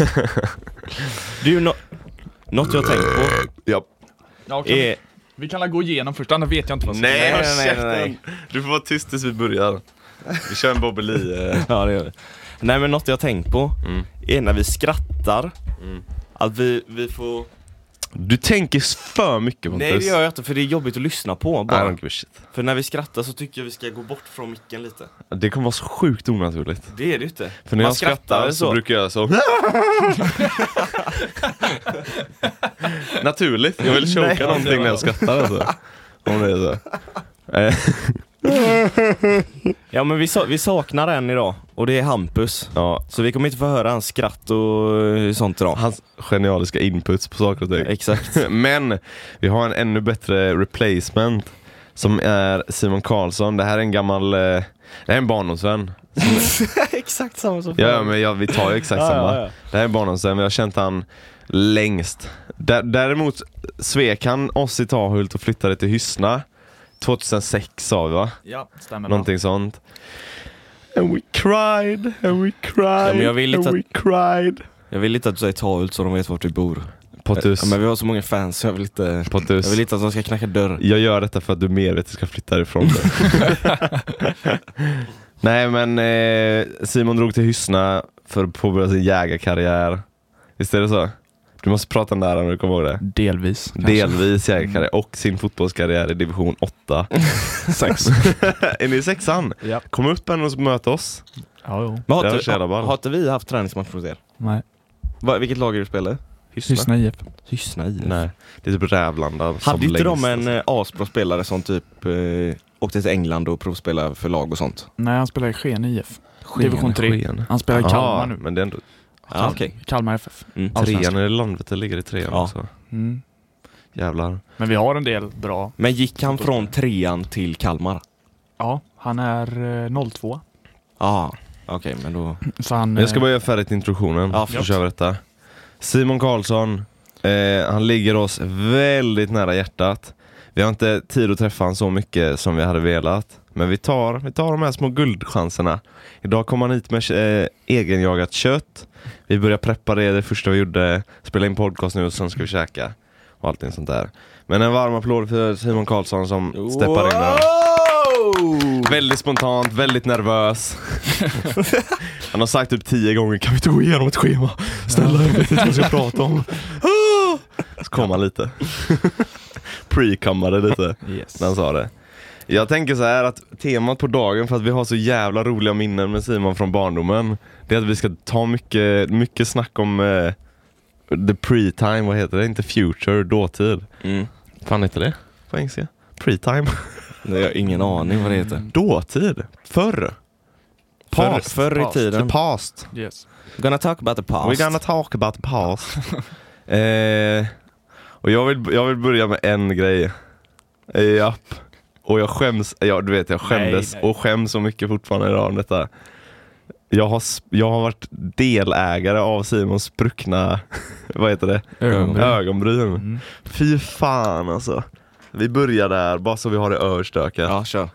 Du, något jag har tänkt på. Ja. Okay. Vi kan gå igenom först, annars vet jag inte vad som nej. Du får vara tyst tills vi börjar. Vi kör en bobbeli. Ja, det gör vi. Nej, men något jag har tänkt på är när vi skrattar att vi får... Du tänker för mycket på. Nej, det gör jag inte, för det är jobbigt att lyssna på bara. I don't give a shit. För när vi skrattar så tycker jag vi ska gå bort från micken lite. Det kommer vara så sjukt onaturligt. Det är det ju inte. För när jag skrattar så brukar jag så naturligt. Jag vill choka någonting när jag skrattar alltså. Om det är så. Ja, men vi saknar en idag. Och det är Hampus. Ja. Så vi kommer inte få höra hans skratt och sånt idag. Hans genialiska inputs på saker och ting. Exakt. Men vi har en ännu bättre replacement som är Simon Karlsson. Det här är en gammal det är en barndomsvän. Exakt samma som Ja, men vi tar ju exakt samma. Ja. Det här är en barndomsvän. Vi har känt han längst. Däremot svek han oss i Tahult och flyttade till Hyssna 2006 sa vi, va? Ja, stämmer. Någonting sånt. And we cried. Ja, men jag vill lite we cried. Jag vill inte att du säger Tahult så de vet vart vi bor. Pottus. Ja, men vi har så många fans så jag vill inte att de ska knacka dörr. Jag gör detta för att du medvetet ska flytta ifrån det. Nej, men Simon drog till Hyssna för att påbörja sin jägarkarriär. Visst är det så? Du måste prata nära när du kommer ihåg det. Delvis jägarkarriär och sin fotbollskarriär i division 8. 6. Är ni i 6an? Ja. Kom upp en och möt oss. Ja. Men har inte vi haft träningsmatch hos er? Nej. Vilket lag är du spelar? Hyssna IF. Hyssna IF? Nej, det är typ Rävlanda. Hade inte de en asbra spelare som typ åkte till England och provspelade för lag och sånt? Nej, han spelar i Sken IF. Division 3. Han spelar i Kalmar nu. Men det är ändå... Ja, okay. Kalmar FF. Trean är Landvetter, ligger i trean också. Jävlar. Men vi har en del bra. Men gick han från trean till Kalmar? Ja, han är 02. Ja, okej, men då... Så han, jag ska bara göra färdigt introduktionen. Ja, så kör vi detta. Simon Karlsson, han ligger oss väldigt nära hjärtat. Vi har inte tid att träffa han så mycket som vi hade velat. Men vi tar de här små guldchanserna. Idag kom han hit med egenjagat kött. Vi börjar preppa det första vi gjorde. Spela in podcast nu och sen ska vi käka. Och allting sånt där. Men en varm applåd för Simon Karlsson som steppar in där. Väldigt spontant, väldigt nervös. Han har sagt typ 10 gånger: kan vi inte gå igenom ett schema? Snälla, jag vet inte vad jag ska prata om. Så kom han lite. Pre-kammade lite när han sa det. Jag tänker så här att temat på dagen, för att vi har så jävla roliga minnen med Simon från barndomen, det är att vi ska ta mycket snack om the pre-time, vad heter det? Inte future, dåtid. Fan heter det på engelska? Pre-time. Jag har ingen aning vad det heter. Dåtid. Förr i tiden. The past. Yes. We're gonna talk about the past. We're gonna talk about the past. Och jag vill börja med en grej. Japp. Och jag skäms, jag skämdes och skäms så mycket fortfarande idag om detta. Jag har varit delägare av Simons spruckna, vad heter det? Ögonbryn. Fy fan alltså. Vi börjar där, bara så vi har det överstökat. Ja, kör.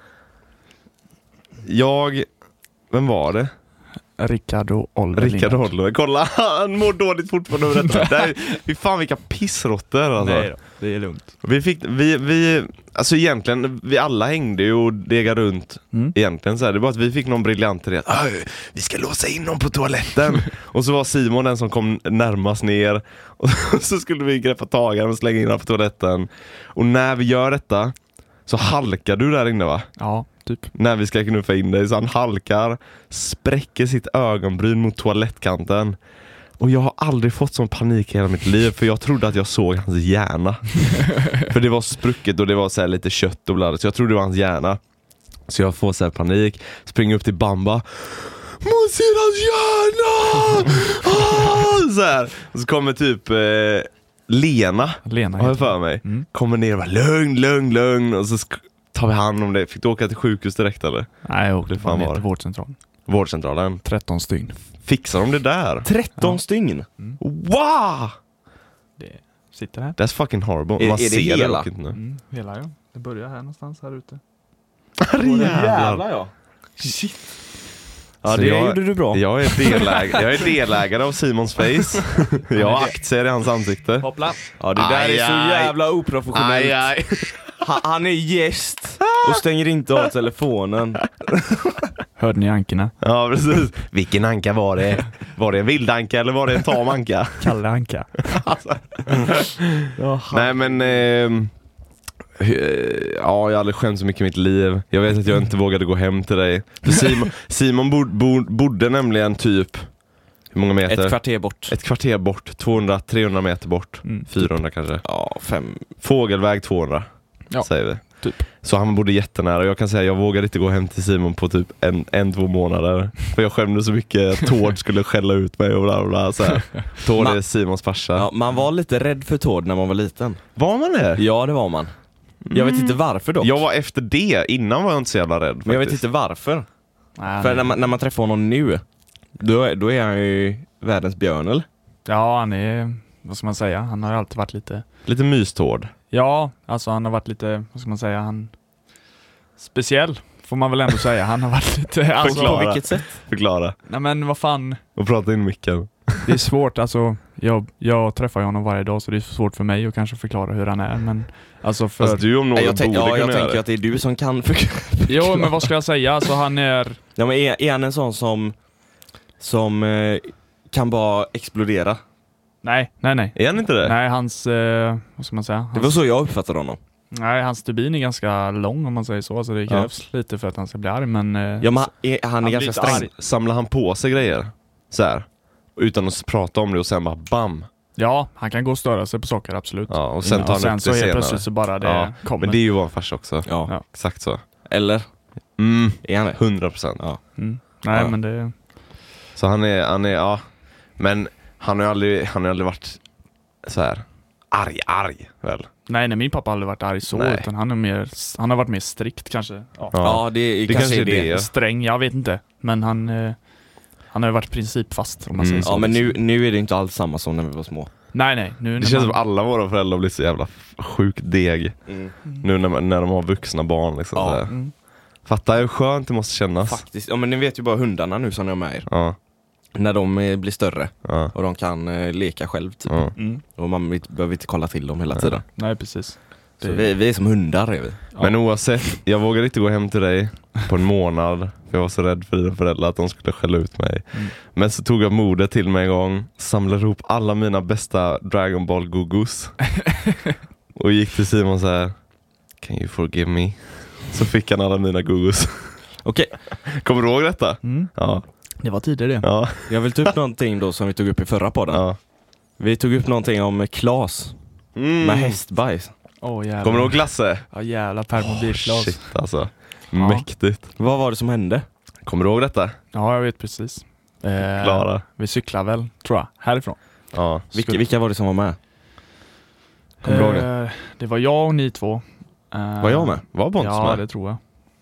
Vem var det? Rickard Oliver. Kolla, han mår dåligt fortfarande över detta. Fy fan vilka pissrotter alltså. Nej då, det är lugnt. Vi alltså egentligen, vi alla hängde ju och degade runt egentligen så här. Det är bara att vi fick någon briljant idé att vi ska låsa in någon på toaletten. Och så var Simon den som kom närmast ner. Och så skulle vi greppa tagen och slänga in honom på toaletten. Och när vi gör detta så halkar du där inne, va? Ja, typ. När vi ska knuffa in dig, så han halkar, spräcker sitt ögonbryn mot toalettkanten. Och jag har aldrig fått sån panik i hela mitt liv, för jag trodde att jag såg hans hjärna. För det var sprucket och det var så här lite kött och blad, så jag trodde det var hans hjärna. Så jag får så här panik, springer upp till Bamba. Man ser hans hjärna! Så här. Och så kommer typ Lena har jag för mig. Kommer ner och bara lugn. Och så tar vi hand om det. Fick du åka till sjukhus direkt eller? Nej, jag åkte fan ner till vårdcentralen. Vårdcentralen? 13 stygn. Fixar de det där? 13 stygn? Wow! Det sitter här. That's fucking horrible. Man är ser det hela? Det inte. Hela, ja. Det börjar här någonstans här ute. Jävlar, ja. Shit. Ja, Så det jag- gjorde du bra. Jag är delägare av Simons face. Jag har aktier i hans ansikte. Hoppla. Ja, det där är så Aj, aj. jävla oprofessionellt. Aj. Han är gäst och stänger inte av telefonen. Hörde ni ankorna? Ja, precis. Vilken anka var det? Var det en vildanka eller var det en tam anka? Kalle Anka. Nej, men... ja, jag har aldrig skämt så mycket i mitt liv. Jag vet att jag inte vågade gå hem till dig. För Simon bodde nämligen typ... Hur många meter? Ett kvarter bort. Ett kvarter bort. 200-300 meter bort. 400 kanske. Ja, 5. Fågelväg 200, Ja, säger vi. typ. Så han bodde jättenära. Jag kan säga jag vågade inte gå hem till Simon på typ 1-2 månader. För jag skämde så mycket. Tord skulle skälla ut mig och bla bla bla. Så här. Tord är Simons farsa. Ja, man var lite rädd för Tord när man var liten. Var man det? Ja, det var man. Jag vet inte varför dock. Jag var efter det. Innan var jag inte så jävla rädd. Men jag vet faktiskt. inte varför. Nej, För när man träffar honom nu, då är han ju världens björn, eller? Ja, han är... Vad ska man säga? Han har ju alltid varit lite... Lite mystord. Ja, alltså han har varit lite... Vad ska man säga? Han... Speciell, får man väl ändå säga. Han har varit lite... Alltså, Förklara. På vilket sätt? Förklara. nej men vad fan... Och prata in micken. Det är svårt, alltså jag träffar ju honom varje dag så det är svårt för mig att kanske förklara hur han är, men alltså för... Alltså du om någon Jag borde kunna tänker göra det. att det är du som kan förklara. Jo, men vad ska jag säga? Alltså han är... Ja, men är han en sån som kan bara explodera? Nej. Är han inte det? Nej, hans... vad ska man säga? Det var Hans, så jag uppfattade honom. nej, hans stubin är ganska lång om man säger så, så det krävs lite för att han ska bli arg, men... Ja, men han är blir ganska inte sträng. Samlar han på sig grejer? Så här. Utan att prata om det och sen bara bam. Ja, han kan gå och störa sig på saker, absolut. Ja, och sen tar han sen upp så det helt senare. plötsligt så bara det Ja, kommer. men det är ju vår farsa också. Ja. Ja. Exakt så. Eller? Är han det? 100%. Ja. Mm. Nej, Ja. men det... Så han är, ja. Men han har ju aldrig varit så här arg väl? Nej, min pappa har aldrig varit arg så, Nej. utan han har varit mer strikt kanske. Ja. Ja, det kanske är det. Ja. Sträng, jag vet inte. Men han har ju varit principfast om man säger så. Ja, men nu är det inte alls samma som när vi var små. Nej. Nu Det när känns man... som alla våra föräldrar blir så jävla sjukt deg. Nu när de har vuxna barn liksom. Ja. Så här. Mm. Fatta hur skönt det måste kännas. Faktiskt. Ja, men ni vet ju bara hundarna nu som de är. Ja, När de blir större ja, och de kan leka själv typ. ja. Mm. Och man behöver inte kolla till dem hela tiden. Nej, precis. Så vi är som hundar är vi. Ja. Men oavsett, jag vågade inte gå hem till dig på en månad. För jag var så rädd för dina föräldrar att de skulle skälla ut mig. Men så tog jag modet till mig en gång, samlade ihop alla mina bästa Dragon Ball Gogos och gick till Simon så här: "Can you forgive me?" Så fick han alla mina Gogos. Okej, Kommer du ihåg detta? Mm. Ja, Det var tidigare det. ja, jag vill ta upp någonting då som vi tog upp i förra podden. ja. Vi tog upp någonting om Klas med hästbajs. Jävlar. Kommer du ihåg Glasse? Ja, jävla permobilglas. Shit alltså, Ja. mäktigt. Vad var det som hände? Kommer du ihåg detta? Ja, jag vet precis. Klara. Vi cyklar väl, tror jag, härifrån. Ja. Vilka var det som var med? Kommer du ihåg det? Det var jag och ni två. Var jag med? Var Pontus Ja, med? det tror jag.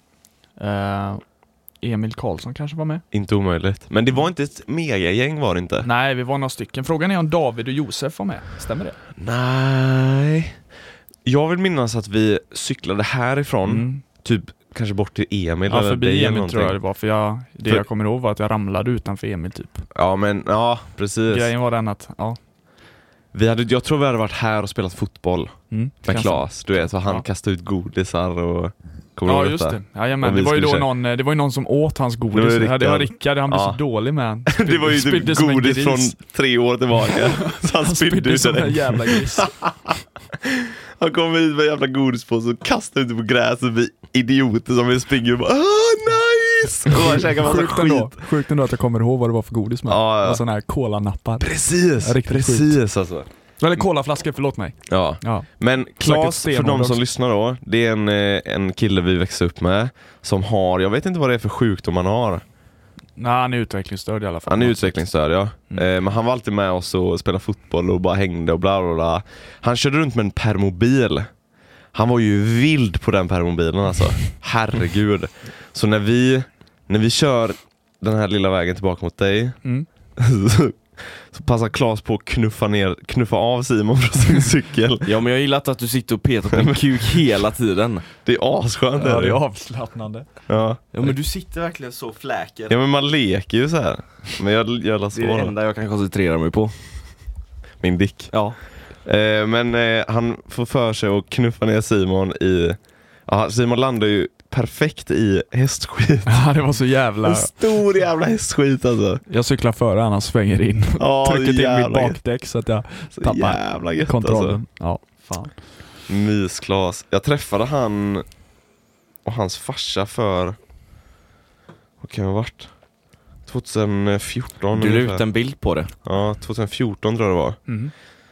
Emil Karlsson kanske var med. Inte omöjligt. Men det var inte ett megagäng, var det inte? Nej, vi var några stycken. Frågan är om David och Josef var med. Stämmer det? Nej. Jag vill minnas att vi cyklade härifrån, typ kanske bort till Emil Ja, eller dig förbi eller Emil någonting. tror jag det var. För jag kommer ihåg var att jag ramlade utanför Emil typ. Ja, men ja, precis. Grejen var den att, ja. Jag tror vi hade varit här och spelat fotboll med kanske. Klas. Du vet, så han Ja. kastade ut godisar och... Kommer du Ja, ihåg just detta? det. Jajamän. Och vi Det var ju då skulle det var ju någon som åt hans godis. Det var Det var Rickard. Rickard. Han blev Ja. så dålig med han. Det var ju Spydde typ som en godis gris. från 3 år tillbaka. Så han spydde ut som en det. jävla gris. Han kom hit med en jävla godispåse och kastade ut det på gräset. Vi idioter som vill springa och bara nice! Och man käkar massa skit. Sjukt ändå att jag kommer ihåg vad det var för godis med. Ja, ja. Och sådana här colanappar. Precis, Ja, riktigt precis alltså. Eller colaflaskor, förlåt mig. Ja. Ja. Men Klas, Säkert för de som stenhård lyssnar då, det är en kille vi växte upp med som har, jag vet inte vad det är för sjukdom han har. Nej, han är utvecklingsstörd i alla fall. Han är utvecklingsstörd, ja. Men han var alltid med oss och spelade fotboll och bara hängde och bla bla bla. Han körde runt med en permobil. Han var ju vild på den permobilen alltså. Herregud. Så när vi kör den här lilla vägen tillbaka mot dig Så passar Claes på att knuffa av Simon från sin cykel. Ja, men jag gillar inte att du sitter och petar på din kuk hela tiden. Det är asskönt. Ja, det är avslappnande. Ja. Ja, men du sitter verkligen så fläker. Ja, men man leker ju så här. Men jag så det är det enda jag kan koncentrera mig på. Min dick. Ja. Men han får för sig att knuffa ner Simon i... Ja, Simon landar ju perfekt i hästskit. Ja, det var så jävla... En stor jävla hästskit alltså. Jag cyklar före, han svänger in. Ja, Trycker till mitt jävla bakdäck så att jag så tappar jävla gött kontrollen. alltså. Ja, fan. Mysklas. Jag träffade han och hans farsa för... Vad kan det ha varit? 2014. Du la ungefär. ut en bild på det. Ja, 2014 tror jag det var. Mm.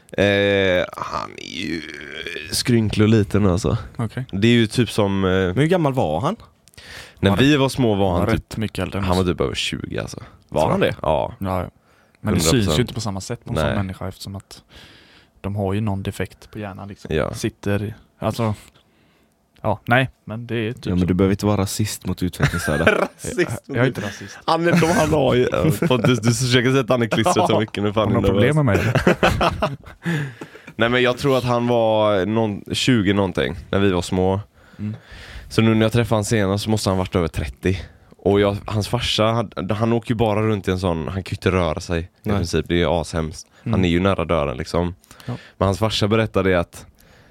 Han är ju skrynklig och liten alltså. Okej. Det är ju typ som... Men hur gammal var han? när var vi var små var Han han var typ... rätt mycket äldre än Han oss. var typ över 20 alltså. Var han det? Ja. Ja, ja. Men det 100%. syns ju inte på samma sätt på en sån Nej. människa eftersom att de har ju någon defekt på hjärnan liksom. Ja. Sitter, alltså... Ja, nej, men det är typ Ja, men du behöver inte vara rasist mot utvecklingsstörda. Rasist. jag är inte rasist. Han har ju... Du försöker sätta han i klistret så mycket nu. Har du några problem med mig? Nej, men jag tror att han var 20 någonting när vi var små. Mm. Så nu när jag träffade han senast så måste han varit över 30. Och hans farsa, han åker ju bara runt i en sån... Han kan ju inte röra sig i Nej. princip. Det är ju ashemskt. Mm. Han är ju nära dörren liksom. Ja. Men hans farsa berättade att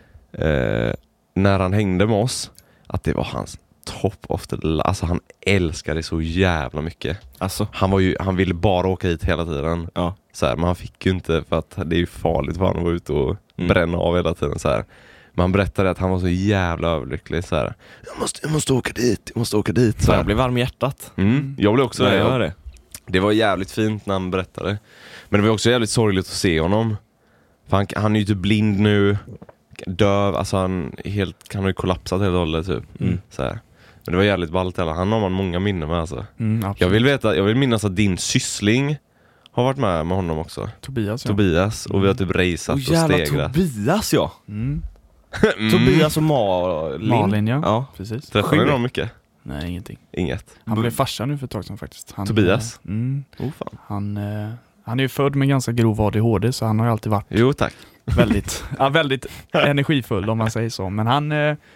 när han hängde med oss, att det var hans top of the... Alltså han älskade det så jävla mycket. Alltså. Han ville bara åka hit hela tiden. Ja. Så här, men han fick ju inte, för att det är ju farligt för honom att vara ute och bränna av hela tiden så här. Men han berättade att han var så jävla överlycklig så här. Jag måste åka dit, så Jag här. blir varm i hjärtat. Jag blev också Så det. jag gör det. Det var jävligt fint när han berättade. Men det var också jävligt sorgligt att se honom. För han är ju typ blind nu, döv, alltså han har ju kollapsat helt och hållet typ. Så här. Men det var jävligt ballt. Han har man många minnen med alltså. Jag vill minnas att din syssling har varit med honom också. Tobias. Och vi har typ raceat och stegrat. Tobias, ja. Mm. Tobias och Malin. Ja. Precis. Träffade ni dem mycket? Nej, ingenting. Inget. Han blev farsa nu för ett tag sedan faktiskt. Tobias? Han är ju född med ganska grov ADHD, så han har ju alltid varit Jo, tack. väldigt energifull om man säger så. Men han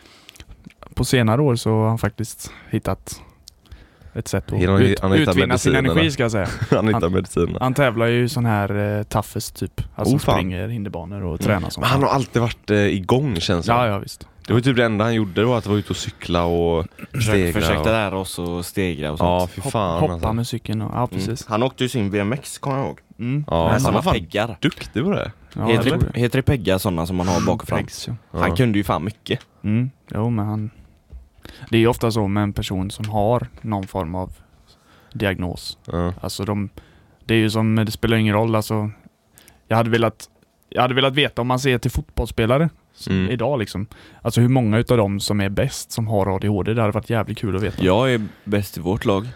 på senare år så har han faktiskt hittat ett sätt att utvinna sin energi, ska jag säga. Han hittar medicinerna. Han tävlar ju sån här toughest typ. Alltså springer hinderbanor och tränar sånt. Men han har alltid varit igång, känns det. Ja, visst. Det var typ det enda han gjorde då, att vara ute och cykla och stegra. Försökte lära oss att stegra och sånt. Ja, fy fan. Hoppa alltså. med cykeln och, ja, precis. Han åkte ju sin BMX, kommer jag ihåg. Ja, han var fan peggar. duktig på det. Ja, Heter det peggar, sådana som man har bak och fram? Pegs, ja. Han kunde ju fan mycket. Jo, men det är ju ofta så med en person som har någon form av diagnos. Alltså det är ju som, det spelar ingen roll, alltså jag hade velat veta, om man ser till fotbollsspelare idag liksom, alltså hur många utav dem som är bäst som har ADHD. Det hade varit jävligt kul att veta. Jag är bäst i vårt lag.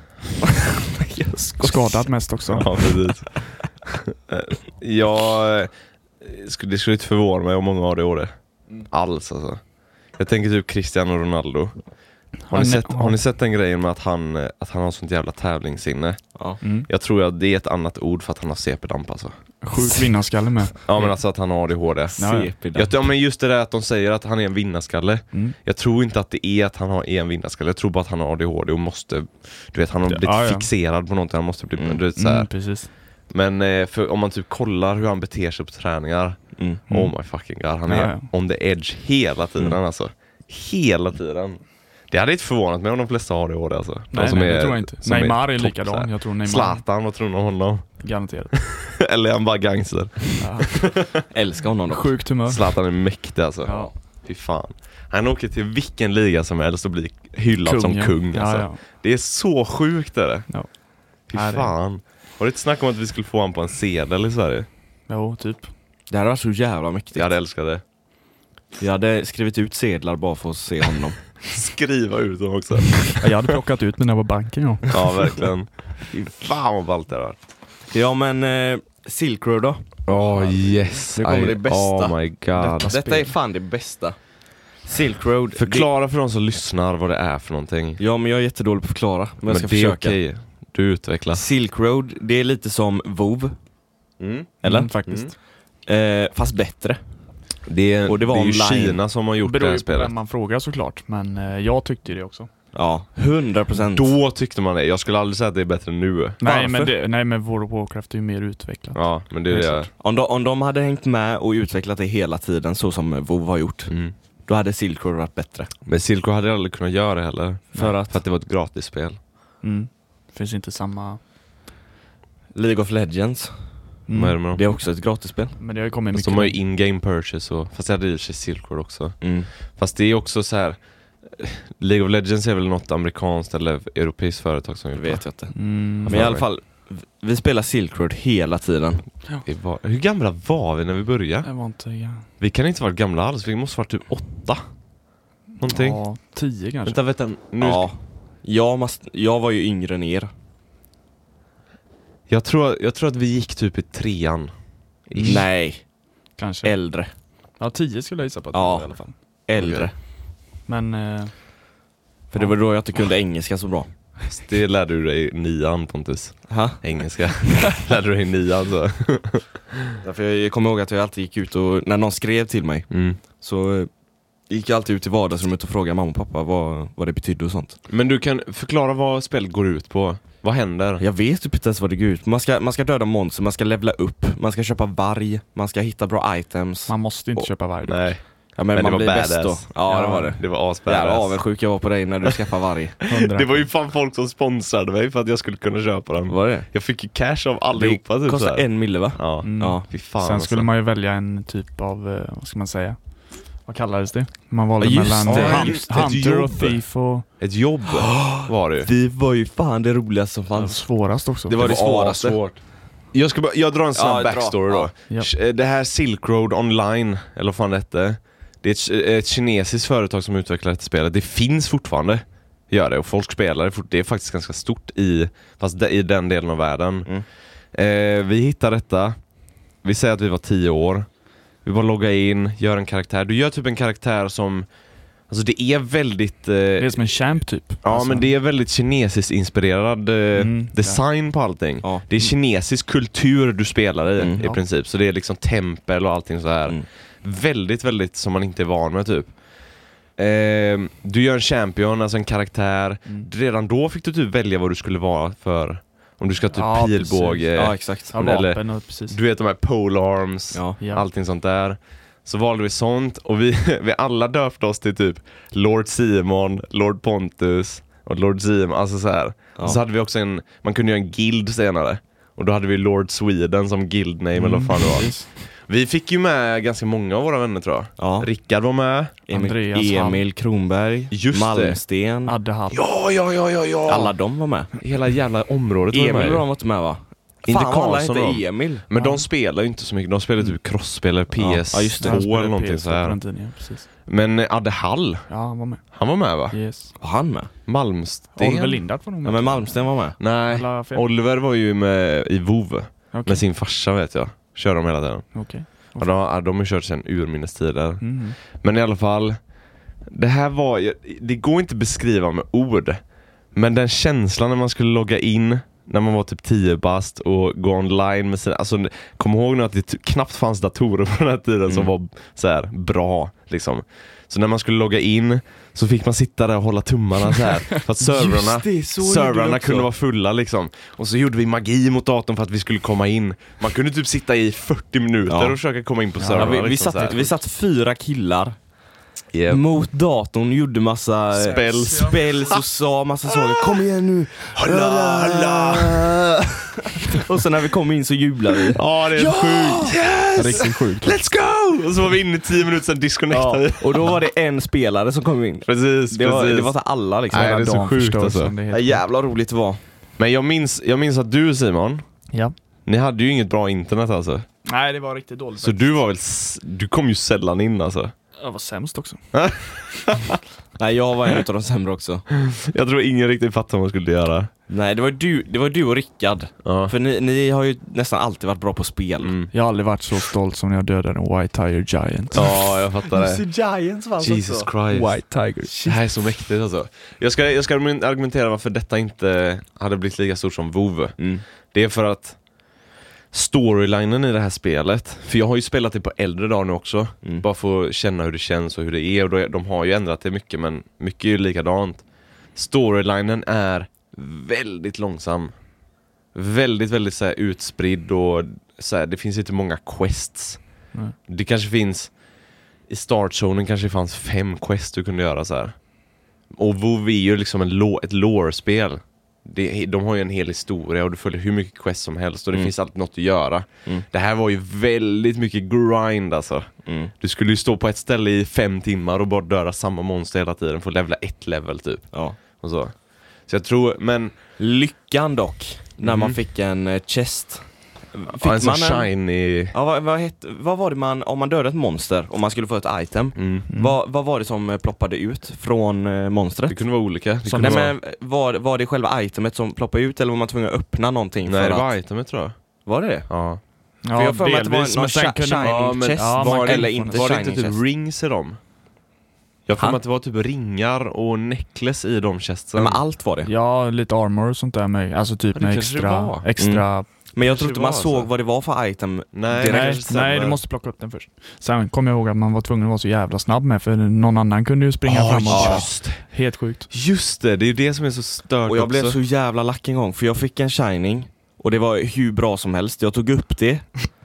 Skadad mest också. Ja, precis. Det skulle inte förvåna mig om många ADHD. Alls alltså. Jag tänker typ Cristiano Ronaldo. Har ni sett den grejen med att han har sånt jävla tävlingssinne? Ja. Jag tror att det är ett annat ord för att han har CP-damp alltså. Sjuk vinnarskalle med. Ja, men alltså att han har ADHD. Ja, men just det där att de säger att han är en vinnarskalle. Jag tror inte att det är att han är en vinnarskalle. Jag tror bara att han har ADHD och måste, du vet, han har blivit fixerad på någonting. Han måste bli, du vet, så här. Precis. Men för om man typ kollar hur han beter sig på träningar, oh my fucking god, han är on the edge hela tiden alltså. Hela tiden. Det hade inte förvånat mig om de flesta har ADHD alltså. Nej, det tror jag inte. Neymar är likadan. Jag tror Neymar. Zlatan, vad tror ni om honom? Garanterat. Eller är han bara gangster? Älskar honom då. Sjukt humör. Zlatan är mäktig alltså. Ja. Fy fan. Han åker till vilken liga som helst och blir hyllad som kung alltså. Ja. Det är så sjukt det. Ja. Fy fan. Var det inte snack om att vi skulle få han på en sedel i Sverige? Jo, typ. Det hade varit så jävla mäktigt. Jag hade älskat det. Jag hade skrivit ut sedlar bara för att se honom. Skriva ut dem också. Jag hade plockat ut mina på banken, ja. Ja, verkligen. Fy fan vad ballt det var. Ja, men Silk Road då? Yes. Nu kommer det bästa. Oh my god. Detta är fan det bästa. Silk Road. Förklara för de som lyssnar vad det är för någonting. Ja, men jag är jättedålig på att förklara. Men jag ska det är försöka. okej. Du utvecklar. Silk Road, det är lite som WoW. Eller? Faktiskt. Fast bättre. Det Och det var är ju online. Kina som har gjort det Beror här ju på spelet. vem man frågar såklart, men jag tyckte det också. Ja, 100%. Då tyckte man det. Jag skulle aldrig säga att det är bättre nu. Nej, men World of Warcraft är ju mer utvecklat. Ja, men det är det. Om de hade hängt med och utvecklat det hela tiden så som WoW har gjort, då hade Silk Road varit bättre. Men Silk Road hade aldrig kunnat göra det heller. För att det var ett gratisspel. Finns inte samma... League of Legends, Vad är det med dem? det är också ett gratisspel. Men det har ju kommit Fast mycket. de har ju in-game purchase och, fast det hade i sig Silk Road också. Fast det är också så här. League of Legends är väl något amerikanskt eller europeiskt företag som Det gjort det. vet jag inte. Men i alla fall, vi spelar Silk Road hela tiden. Hur gamla var vi när vi började? Jag var inte... Vi kan inte vara gamla alls, vi måste vara typ 8. Någonting. Ja, 10 kanske. Vänta, nu Jag var ju yngre än er. jag tror att vi gick typ i 3:an. Nej, Kanske. äldre. Ja, 10 skulle jag gissa på att Ja. det var i alla fall. Äldre. Okej. Men... För det var då jag inte kunde engelska så bra. Det lärde du dig i 9:an, Pontus. Ha? Engelska. Lärde du dig i 9:an så. Därför jag kommer ihåg att jag alltid gick ut och när någon skrev till mig så gick jag alltid ut i vardagsrummet och frågade mamma och pappa vad det betydde och sånt. Men du kan förklara vad spelet går ut på. Vad händer? Jag vet typ inte ens vad det går ut på. Man ska döda monster, man ska levla upp, man ska köpa varg, man ska hitta bra items. Man måste inte köpa varje dag. Nej. Ja, men det man var blir bäst då. badass. Ja, det var det. Det var Jävla asbadass. avundsjuk jag var på dig när du skaffade varg. 100. Det var ju fan folk som sponsrade mig för att jag skulle kunna köpa den. Var det? Jag fick ju cash av allihopa typ Kostar såhär. 1 mille va? Ja. Ja. Fy fan Sen alltså. skulle man ju välja en typ av, vad ska man säga? Vad kallades det? Man valde Ja, just mellan det. Just det. Hunter och Ett jobb. Thief och... Ett jobb var det ju. Vi var ju fan det roligaste som Ja, fanns. svårast också. Det var det svåraste. svårt. Jag drar en snabb Ja, backstory då. Ja. Det här Silk Road Online, eller vad fan det hette. Det är ett kinesiskt företag som utvecklar det spelet. Det finns fortfarande. Gör det, och folk spelar det. Det är faktiskt ganska stort i den delen av världen. Vi hittar detta. Vi säger att vi var 10 år. Vi bara loggar in, gör en karaktär. Du gör typ en karaktär som... Alltså det är väldigt... Det är som en champ typ. Ja, Alltså. men det är väldigt kinesiskt inspirerad design på allting. Ja. Det är kinesisk kultur du spelar i Ja. princip. Så det är liksom tempel och allting så här. Väldigt, väldigt som man inte är van med typ. Du gör en champion, alltså en karaktär. Redan då fick du typ välja vad du skulle vara för. Om du ska typ Ja, pilbåge. precis. Ja, exakt. Ja, eller- vapen och precis. Du vet de här polearms. Ja. Ja. Allting sånt där. Så valde vi sånt. Och vi alla döpte oss till typ Lord Simon, Lord Pontus och Lord Simon. Alltså så här. Ja. Och så hade vi också man kunde göra en guild senare. Och då hade vi Lord Sweden som guild name eller vad fan det var. Precis. Vi fick ju med ganska många av våra vänner tror jag. Ja. Rickard var med. Andreas Emil Kronberg, Just det. Malmsten. Adde Hall. Ja. Alla de var med. Hela jävla området var Emil med. och de var inte med va? Inte Fan, alla Karlsson hette och de. Emil. Men de spelar ju inte så mycket. De spelar typ crossspel eller PS2 Ja, just det. eller någonting så här. Precis. Men Adde Hall, Ja, han var med. han var med va? Yes. Var han med? Malmsten? Oliver Lindart var nog Ja med. men Malmsten var med. Nej, Eller fel? Oliver var ju med i WoW Okej. med sin farsa vet jag. Kör de hela tiden. Okej. Ja, de har kört sen urminnes tider. Mhm. Men i alla fall, det här var, det går inte att beskriva med ord. Men den känslan när man skulle logga in när man var typ 10 bast och gå online med sina, alltså kom ihåg nu att det knappt fanns datorer på den här tiden som var så här bra liksom. Så när man skulle logga in så fick man sitta där och hålla tummarna så här för att servrarna kunde vara fulla liksom. Och så gjorde vi magi mot datorn för att vi skulle komma in. Man kunde typ sitta i 40 minuter och försöka komma in på servrarna. Ja, liksom, så här. vi satt 4 killar Yep. mot datorn, gjorde massa spells och sa massa saker. Kom igen nu! Halla! Och så när vi kom in så jublade vi. Ja, det är sjukt. Yes! Riktigt sjukt. Let's go! Och så var vi inne i 10 minuter sen disconnectade vi. Och då var det en spelare som kom in. Precis, Det var till alla liksom. Nej, det är så Dagen sjukt, förstör alltså. som det Ja, heter. jävla roligt det var. Men jag minns att du Simon, Ja. ni hade ju inget bra internet alltså. Nej, det var riktigt dåligt. Så du var väl, du kom ju sällan in alltså. Jag var sämst också. Nej, jag var en av de sämre också. Jag tror ingen riktigt fattade vad man skulle göra. Nej, det var du och Rickard. Ja. För ni har ju nästan alltid varit bra på spel. Jag har aldrig varit så stolt som när jag dödade en White Tiger Giant. Ja, jag fattar det. Giants fanns Jesus Christ. White Tiger. Det här är så mäktigt alltså. Jag ska argumentera varför detta inte hade blivit lika stort som WoW. Det är för att storylinen i det här spelet. För jag har ju spelat det på äldre dagar nu också. Bara för att känna hur det känns och hur det är. Och de har ju ändrat det mycket, men mycket är ju likadant. Storylinen är väldigt långsam. Väldigt, väldigt så här, utspridd och så här, det finns inte många quests. Det kanske finns i startzonen kanske det fanns 5 quests du kunde göra så här. Och WoW är ju liksom ett lore-spel. De har ju en hel historia och du följer hur mycket quest som helst och det finns alltid något att göra. Det här var ju väldigt mycket grind alltså. Du skulle ju stå på ett ställe i 5 timmar och bara döda samma monster hela tiden för att levla 1 level typ. Ja. Och så jag tror, men lyckan dock när man fick en chest. Fick en man shiny. Ja, vad var det man om man dödade ett monster och man skulle få ett item? Vad var det som ploppade ut från monstret? Det kunde vara olika. Men var det själva itemet som ploppade ut eller var man tvungen att öppna någonting? Nej, det var itemet tror jag. Var det? Ja. För jag får mig att det var någon shining chest eller inte var det shining inte typ chest? rings i dem? Jag får mig att det var typ ringar och necklace i de chestsen. Men allt var det? Ja, lite armor och sånt där med, alltså typ med extra Men jag tror inte man såg vad det var för item. Nej, du måste plocka upp den först. Sen kom jag ihåg att man var tvungen att vara så jävla snabb med, för någon annan kunde ju springa framåt. Helt sjukt. Just det är ju det som är så stört. Och jag blev så jävla lack en gång, för jag fick en shining och det var hur bra som helst. Jag tog upp det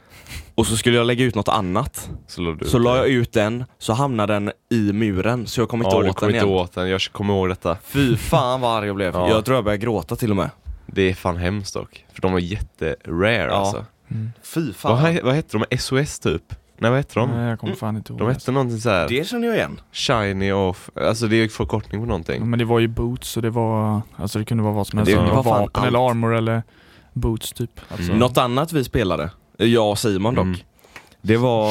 och så skulle jag lägga ut något annat. Så la jag ut den, så hamnade den i muren. Så jag kom inte åt den igen. Jag kommer ihåg detta. Fy fan vad arg jag blev. Jag tror jag började gråta till och med. Det är fan hemskt dock. För de var jätterare alltså. Fy fan. Vad hette de? SOS typ? Nej, vad hette de? Nej, jag kommer fan inte ihåg. De hette någonting så här. Det känner jag igen. Shiny off. Alltså det är ju förkortning på någonting. Ja, men det var ju boots så det var, alltså det kunde vara vad som helst. Det var vapen eller armor eller boots typ. Alltså. Något annat vi spelade, jag och Simon dock. Det var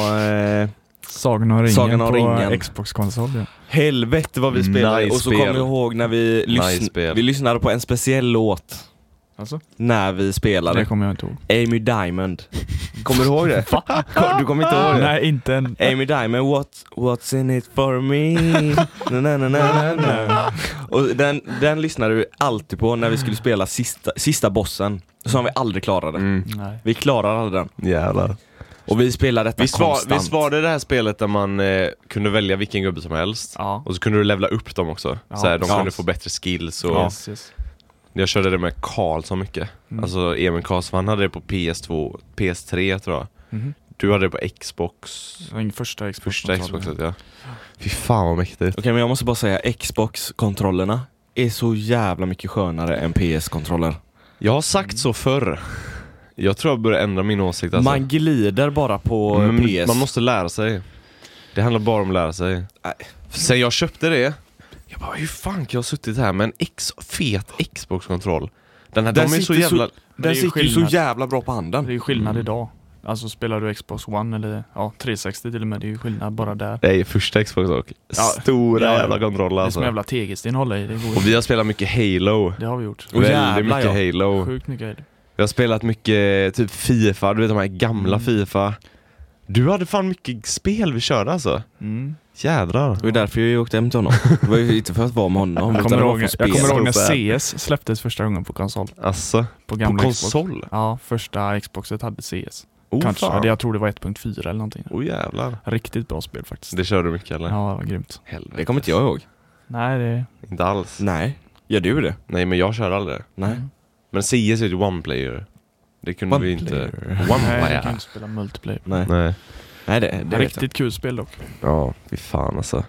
Sagan om ringen på Xbox-konsol. Ja. Helvete vad vi spelade. Nice. Och så kommer jag ihåg när vi lyssnade på en speciell låt. Alltså? När vi spelade. Det kommer jag inte ihåg. Amy Diamond. Kommer du ihåg det? Du kommer inte ihåg det? Nej, inte än. Amy Diamond, what's in it for me? Na. Och den lyssnade vi alltid på när vi skulle spela sista bossen. Som vi aldrig klarade. Nej. Vi klarade aldrig den. Jävlar. Och vi spelade detta konstant. Visst var det här spelet där man kunde välja vilken gubbe som helst. Ja. Och så kunde du levla upp dem också. Ja. Så här, de kunde få bättre skills. Och yes. Jag körde det med Karlsson mycket. Alltså Emil Karlsson, han hade det på PS2, PS3 tror jag. Du hade det på Xbox. Första Xbox, ja. Fy fan vad mäktigt. Okej, men jag måste bara säga, Xbox-kontrollerna är så jävla mycket skönare än PS-kontroller. Jag har sagt så förr. Jag tror jag börjar ändra min åsikt alltså. Man glider bara på PS. Man måste lära sig. Det handlar bara om att lära sig. Sen jag köpte det, jag bara, hur fan kan jag ha suttit här med en fet Xbox-kontroll? Den sitter ju så jävla bra på handen. Det är ju skillnad idag. Alltså spelar du Xbox One eller 360 till och med, det är ju skillnad bara där. Det är första Xbox dock. Stora jävla kontroller alltså. Det är som jävla tegelsten håller i. Och vi har spelat mycket Halo. Det har vi gjort. Väldigt mycket Halo. Sjukt mycket Halo. Vi har spelat mycket typ FIFA, du vet de här gamla FIFA. Du hade fan mycket spel vi körde alltså. Jädrar. Det var därför jag åkte hem till honom. Det var ju inte för att vara med honom. Jag kommer ihåg när CS släpptes första gången på konsol. Alltså, på konsol? Ja, första Xboxet hade CS. Kanske, jag tror det var 1.4 eller någonting. Jävlar. Riktigt bra spel faktiskt. Det körde du mycket eller? Ja, det var grymt. Helvete. Det kommer inte jag ihåg. Nej, det... Inte alls. Nej. Gör du det? Nej, men jag kör aldrig. Nej. Men CS är ju one player. Det kunde vi inte. One player. Nej, jag kan inte spela multiplayer. Nej, det är riktigt kul spel dock. Ja, fy fan alltså.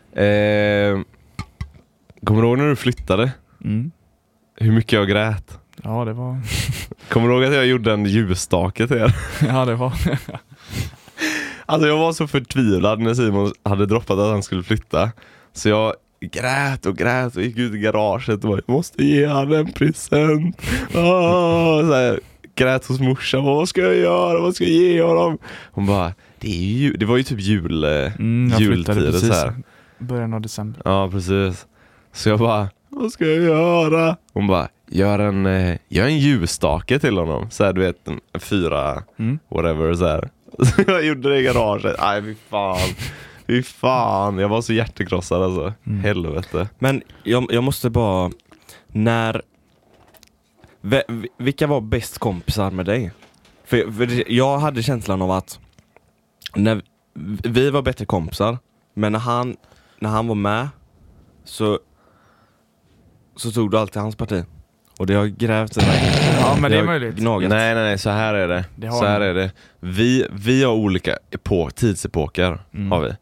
Kommer du ihåg när du flyttade? Hur mycket jag grät? Ja, det var... Kommer du ihåg att jag gjorde en ljusstake till er? Ja, det var... Alltså jag var så förtvivlad när Simon hade droppat att han skulle flytta. Så jag grät och gick ut i garaget och bara, jag måste ge han en present. Så här, grät hos morsan, vad ska jag göra? Vad ska jag ge honom? Hon bara, det var ju typ jultider så här. Början av december. Ja, precis. Så jag bara, vad ska jag göra? Hon bara, gör en ljusstake till honom. Så här, du vet, en 4 whatever så här. Så jag gjorde det i garaget. Nej, fy fan. Jag var så hjärtekrossad alltså. Helvete. Men jag måste bara... Vilka var bäst kompisar med dig? För jag hade känslan av att när vi var bättre kompisar, men när han var med så tog du alltid hans parti. Och det har grävt en väg. Ja, men det är möjligt. Gnaget. Nej, så här är det. Så här är det. Vi har olika tidsepoker har vi.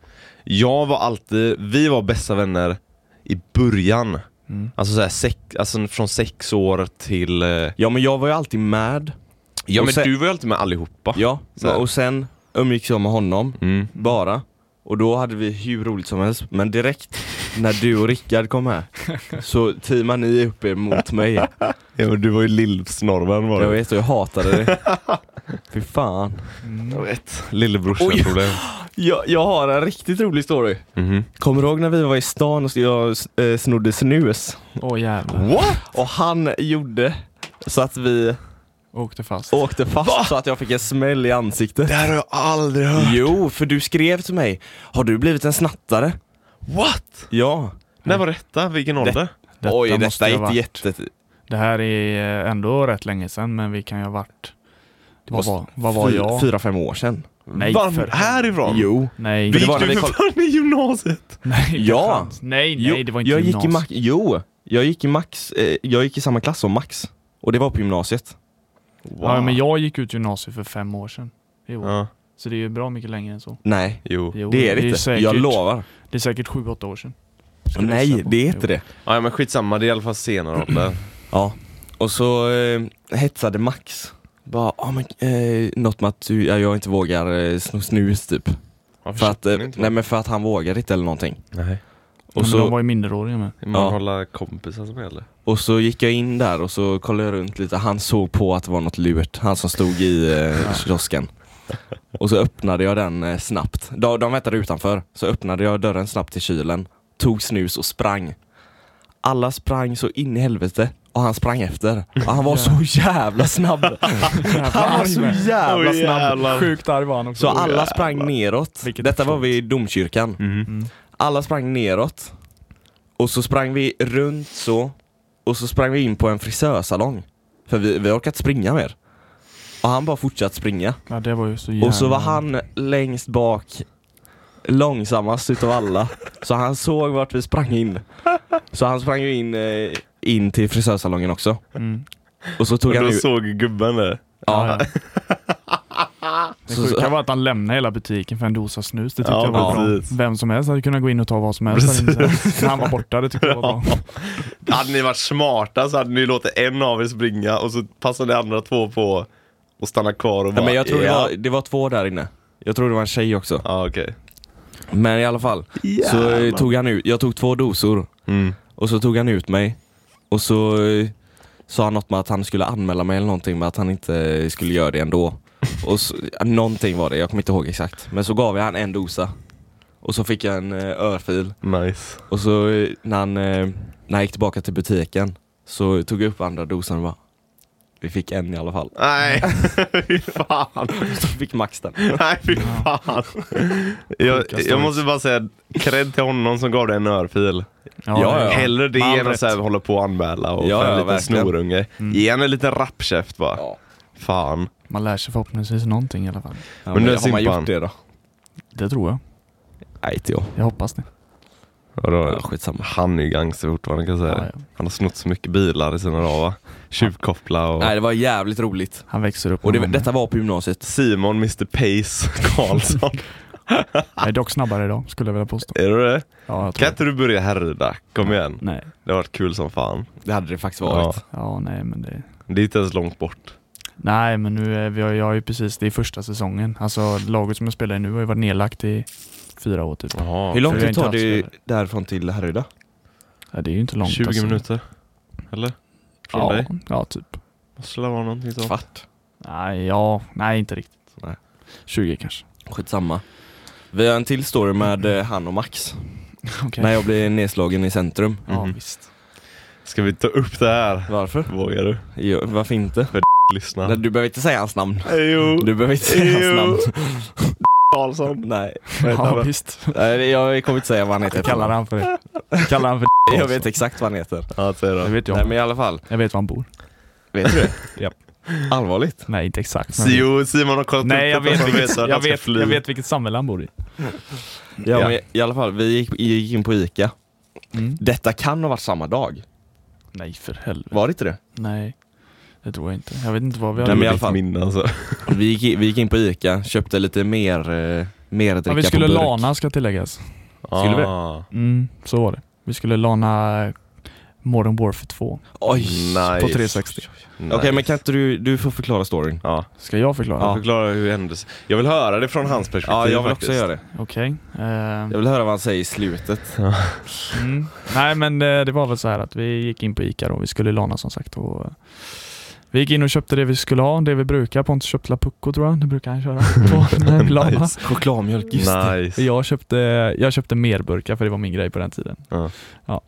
Vi var bästa vänner i början. Alltså så här, från 6 år till Ja, men jag var ju alltid med. Ja, och men sen, du var ju alltid med allihopa. Ja, och sen umgicks jag med honom bara. Och då hade vi hur roligt som helst. Men direkt när du och Rickard kom här så teamade ni upp er mot mig. Ja, men du var ju lillsnorven var det. Jag vet, och jag hatade det. Fy fan. Jag vet. Lillebrorsan problem. Jag har en riktigt rolig story. Kommer du ihåg när vi var i stan och jag snodde snus? Jävlar. What? Och han gjorde så att vi åkte fast så att jag fick en smäll i ansiktet. Det här har jag aldrig hört. Jo, för du skrev till mig: har du blivit en snattare? What? Ja. När var detta? Vilken ålder? Detta är inte jätte... Det här är ändå rätt länge sedan, men vi kan ju ha varit... Vad var jag? 4-5 år sedan. Nej, härifrån? Jo. Nej. Gick du för fan i gymnasiet? Nej, ja. Nej, det var inte gymnasiet. Jag gick i samma klass som Max. Och det var på gymnasiet. Wow. Ja, men jag gick ut gymnasiet för 5 år sedan. Ja. Så det är ju bra mycket längre än så. Nej, jo det är det inte. Säkert, jag lovar. Det är säkert 7-8 år sedan. Nej, det är inte det. Ja, men skitsamma, det är i alla fall senare ålder. Ja, och så hetsade Max. Bara, något med att jag inte vågar snus typ. För att han vågar inte eller någonting. Nej. Och så, de var ju minderåriga med. Man håller kompisar som gäller. Och så gick jag in där och så kollade jag runt lite. Han såg på att det var något lurt. Han som stod i kiosken. Och så öppnade jag den snabbt. De väntade utanför. Så öppnade jag dörren snabbt till kylen. Tog snus och sprang. Alla sprang så in i helvete. Och han sprang efter. Och han var så jävla snabb. Han var så jävla snabb. Sjukt arg var han också. Så alla sprang neråt. Detta var vid domkyrkan. Alla sprang neråt. Och så sprang vi runt så. Och så sprang vi in på en frisörsalong. För vi orkade inte springa mer. Och han bara fortsatte springa. Ja, det var ju så jävla... Och så var han längst bak, långsammast utav alla. Så han såg vart vi sprang in. Så han sprang ju in till frisörsalongen också. Och så tog han ut... såg gubben där. Ja. Det sjuka var att han lämnade hela butiken för en dosa snus. Det tyckte jag var bra. Vem som helst hade kunnat gå in och ta vad som helst. När han var borta, det tyckte jag var bra. Hade ni varit smarta så hade ni låtit en av er springa och så passade de andra 2 på och stanna kvar och bara... Men jag tror det var 2 där inne. Jag tror det var en tjej också. Ja, okej. Men i alla fall så tog han ut, jag tog 2 dosor. Och så tog han ut mig. Och så sa han något med att han skulle anmäla mig eller någonting, med att han inte skulle göra det ändå. Och så, någonting var det, jag kommer inte ihåg exakt. Men så gav jag han en dosa. Och så fick jag en örfil. Nice. Och så när jag gick tillbaka till butiken så tog jag upp andra dosan och bara, vi fick en i alla fall. Nej, fy fan. Så fick Max den. Nej, fy fan. Jag måste bara säga, cred till honom som gav dig en örfil. Ja. Hellre det än att hålla på och anmäla och för en liten snorunge. Ge en liten rappkäft bara. Ja. Fan. Man lär sig förhoppningsvis någonting i alla fall. Ja, men har man gjort det då? Det tror jag. Nej, inte jag. Jag hoppas det. Skitsamma. Han är ju gangster fortfarande, kan jag säga. Ja. Han har snott så mycket bilar i sina dagar. Tjuvkoppla och... Nej, det var jävligt roligt. Han växer upp. Och detta var på gymnasiet. Simon Mr. Pace Karlsson. Jag är dock snabbare idag, skulle jag vilja påstå. Är du det? Ja, jag tror kan inte du börja härda? Kom igen. Nej. Det har varit kul som fan. Det hade det faktiskt varit. Ja, nej, men det... Det är inte ens långt bort. Nej, men nu är jag är ju precis, det är första säsongen. Alltså laget som jag spelar i nu har ju varit nedlagt i 4 år typ. Aha, hur lång tid tar det därifrån till Härryda? Ja, det är ju inte långt. 20 minuter? Eller? Från dig? Ja, typ. Måste det vara någonting så? Kvart? Nej, inte riktigt. Nej. 20 kanske. Skitsamma. Vi har en till story med han och Max. Okay. När jag blev nedslagen i centrum. Ja, visst. Ska vi ta upp det här? Varför? Vågar du? Jo, varför inte? För lyssna. Nej, du behöver inte säga hans namn. Jo. Du behöver inte säga hans namn. Karlsson. Nej. Ja, visst. Nej, jag kommer inte säga vad han heter. Kallar han för det. Kallar han för jag vet exakt vad han heter. Ja, säg då. Det vet jag. Nej, men i alla fall. Jag vet var han bor. Vet du det? Ja. Allvarligt? Nej, inte exakt. Jo, Simon har kollat Nej, upp jag vet vilket samhälle han bor i. Ja, men i alla fall, vi gick in på Ica. Detta kan ha varit samma dag. Nej, för helvete. Var det inte det? Nej, det tror jag inte. Jag vet inte vad vi Nej, hade. men i alla fall, minne, alltså. vi gick in på Ica, köpte lite mer dricka vi skulle på burk. lana, ska tilläggas. Skulle vi? Så var det. Vi skulle lana Modern Warfare 2. Oj, nice. På 360. Nice. Okej, men kan inte du får förklara storyn? Ja. Ska jag förklara? Jag förklarar hur det hände. Jag vill höra det från hans perspektiv. Ja, jag vill faktiskt. också göra det. Okej. Jag vill höra vad han säger i slutet. Nej, men det var väl så här att vi gick in på Ica och vi skulle lana som sagt. Och vi gick in och köpte det vi skulle ha, det vi brukar. Pontus köpte La Pucco, tror jag. Det brukar han köra på när vi lana. Nice. Chokladmjölk, just Nice. Jag köpte mer burkar för det var min grej på den tiden. Ja.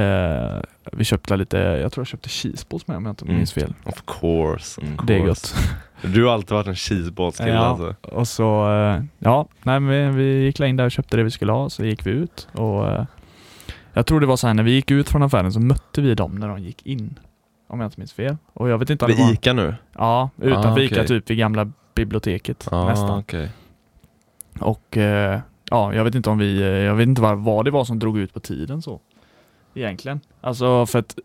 Vi köpte lite, jag tror jag köpte cheeseballs med om jag inte minns fel. Of course. Det är gott. Du har alltid varit en cheeseballskille alltså. Och så, men vi gick in där och köpte det vi skulle ha, så gick vi ut. Och jag tror det var så här, när vi gick ut från affären så mötte vi dem när de gick in. Om jag inte minns fel. Och jag vet inte om det var Ica nu? Ja, utanför Ica okay. typ vid gamla biblioteket nästan. Okay. Och jag vet inte om jag vet inte vad det var som drog ut på tiden så. Egentligen. Alltså för att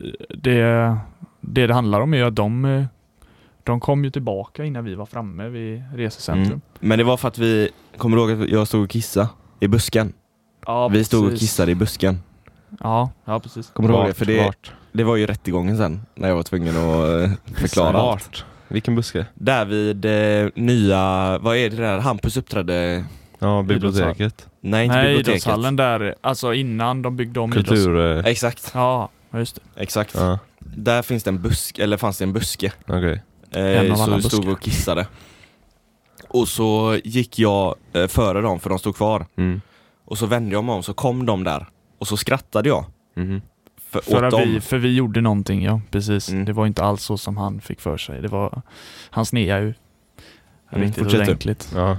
det handlar om är att de kom ju tillbaka innan vi var framme vid resecentrum. Men det var för att vi kommer ihåg att jag stod och kissade i busken. Ja, vi stod och kissade i busken. Ja, precis. Kommer du ihåg det? För det var ju rättegången sen när jag var tvungen att förklara allt. Vilken buske? Där vid nya, vad är det där? Hampus uppträdde. Ja, biblioteket. Nej, inte biblioteket. Idrottshallen där, alltså innan de byggde om Exakt. Ja, just det. Exakt. Ja. Där finns det en busk, eller fanns det en buske. Okej. Så stod och kissade. Och så gick jag före dem, för de stod kvar. Och så vände jag mig om, så kom de där. Och så skrattade jag. För vi gjorde någonting, ja, precis. Det var inte alls så som han fick för sig. Det var, han sneade ju riktigt ordentligt. Ja.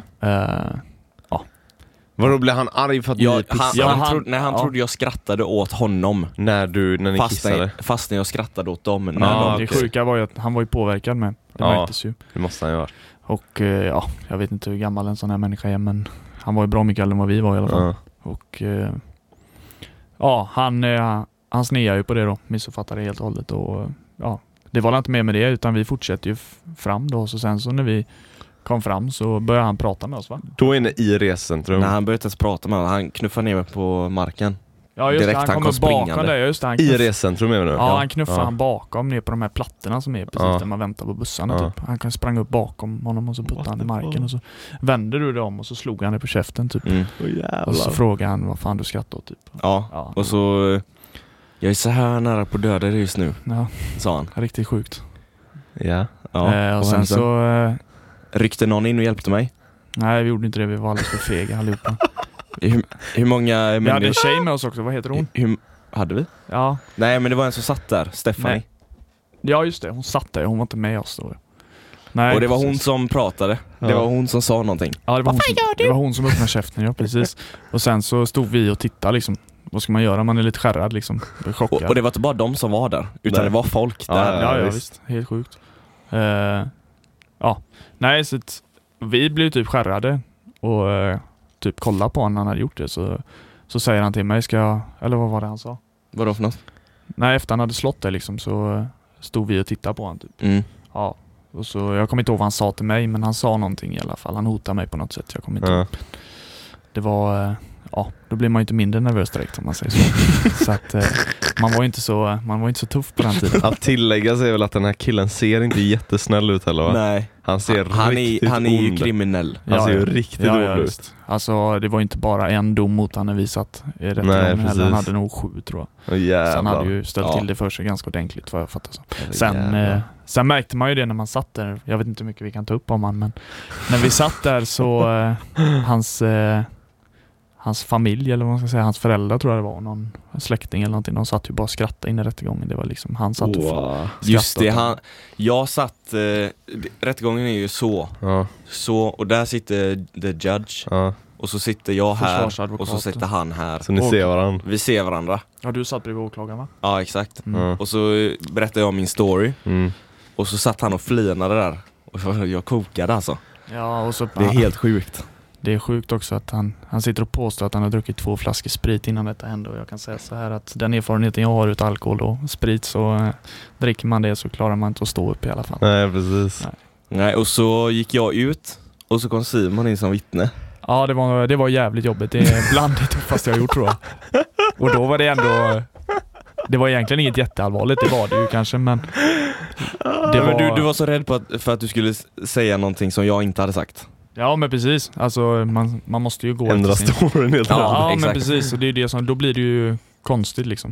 Vadå, blev han arg för att ni pissade? Han trodde jag skrattade åt honom. När ni kissade? Fast när jag skrattade åt dem. Det sjuka var ju att han var ju påverkad med. Det märktes ju. Det måste han ju vara. Och jag vet inte hur gammal en sån här människa är, men han var ju bra mycket äldre än vad vi var i alla fall. Och han sneade ju på det då. Missuppfattade helt och hållet. Och det var inte mer med det, utan vi fortsatte ju fram då. Så sen så när vi kom fram så började han prata med oss, va? Då inne i resecentrum? Nej, han började inte ens prata med oss. Han knuffade ner mig på marken. Ja, just direkt, han kom bakom det. Just det, i resecentrum är vi nu? Ja, han knuffade han bakom ner på de här plattorna som är precis där man väntar på bussarna. Typ. Han sprang upp bakom honom och så puttade han i marken. Och så vände du det om och så slog han det på käften typ. Och så frågade han vad fan du skrattar åt typ. Ja. Och så jag är så här nära på döda just nu, sa han. Riktigt sjukt. Ja. Och sen så ryckte någon in och hjälpte mig? Nej, vi gjorde inte det. Vi var alldeles för fega allihopa. Hur många... Vi hade en tjej med oss också. Vad heter hon? Hade vi? Ja. Nej, men det var en som satt där. Stephanie. Nej. Ja, just det. Hon satt där. Hon var inte med oss då. Nej, och det var hon som pratade. Det var hon som sa någonting. Ja, det var hon som öppnade käften. Ja, precis. Och sen så stod vi och tittade liksom. Vad ska man göra? Man är lite skärrad liksom. Och det var inte bara de som var där. Utan det var folk där. Ja, visst. Helt sjukt. Nej, så vi blev typ skärrade och typ kolla på honom när han hade gjort det, så säger han till mig, eller vad var det han sa? Vadå för något? Nej, efter han hade slått det liksom så stod vi och tittade på honom typ. Ja, och så jag kommer inte ihåg vad han sa till mig, men han sa någonting i alla fall. Han hotade mig på något sätt, jag kommer inte ihåg. Det var då blir man ju inte mindre nervös direkt om man säger så. Så att man var inte så tuff på den tiden. Att tillägga sig väl att den här killen ser inte jättesnäll ut heller, va? Nej. Han ser riktigt han är ju kriminell. Han ser ju riktigt ond ut. Alltså det var inte bara en dom mot han när vi satt i rättegången heller. Han hade nog 7 tror jag. Så han hade ju ställt till det för sig ganska ordentligt, vad jag fattar så. Sen märkte man ju det när man satt där. Jag vet inte hur mycket vi kan ta upp om han, men när vi satt där så hans familj, eller vad man ska säga, hans föräldrar tror jag det var, någon släkting eller någonting, de satt ju bara och skrattade in i rättegången. Det var liksom, han satt och skrattade. Just det, jag satt, rättegången är ju så, och där sitter the judge, och så sitter jag här, och så sitter han här. Så ni ser varandra? Vi ser varandra. Ja, du satt bredvid åklagaren, va? Ja, exakt. Och så berättar jag min story. Och så satt han och flinade där. Och jag kokade alltså. Ja, och så, Det är helt sjukt. Det är sjukt också att han sitter och påstår att han har druckit 2 flaskor sprit innan detta hände. Och jag kan säga så här att den erfarenheten jag har utav alkohol och sprit, så dricker man det så klarar man inte att stå upp i alla fall. Nej, precis. Nej, och så gick jag ut och så kom Simon in som vittne. Ja, det var jävligt jobbigt. Det är bland det tuffaste jag gjort, tror jag. Och då var det ändå... Det var egentligen inget jätteallvarligt, det var det ju kanske, men... Men du var så rädd för att du skulle säga någonting som jag inte hade sagt. Ja, men precis. Alltså, man måste ju gå... Ändra storyn helt. Ja, exakt. men precis. Och det är det som... Då blir det ju konstigt, liksom.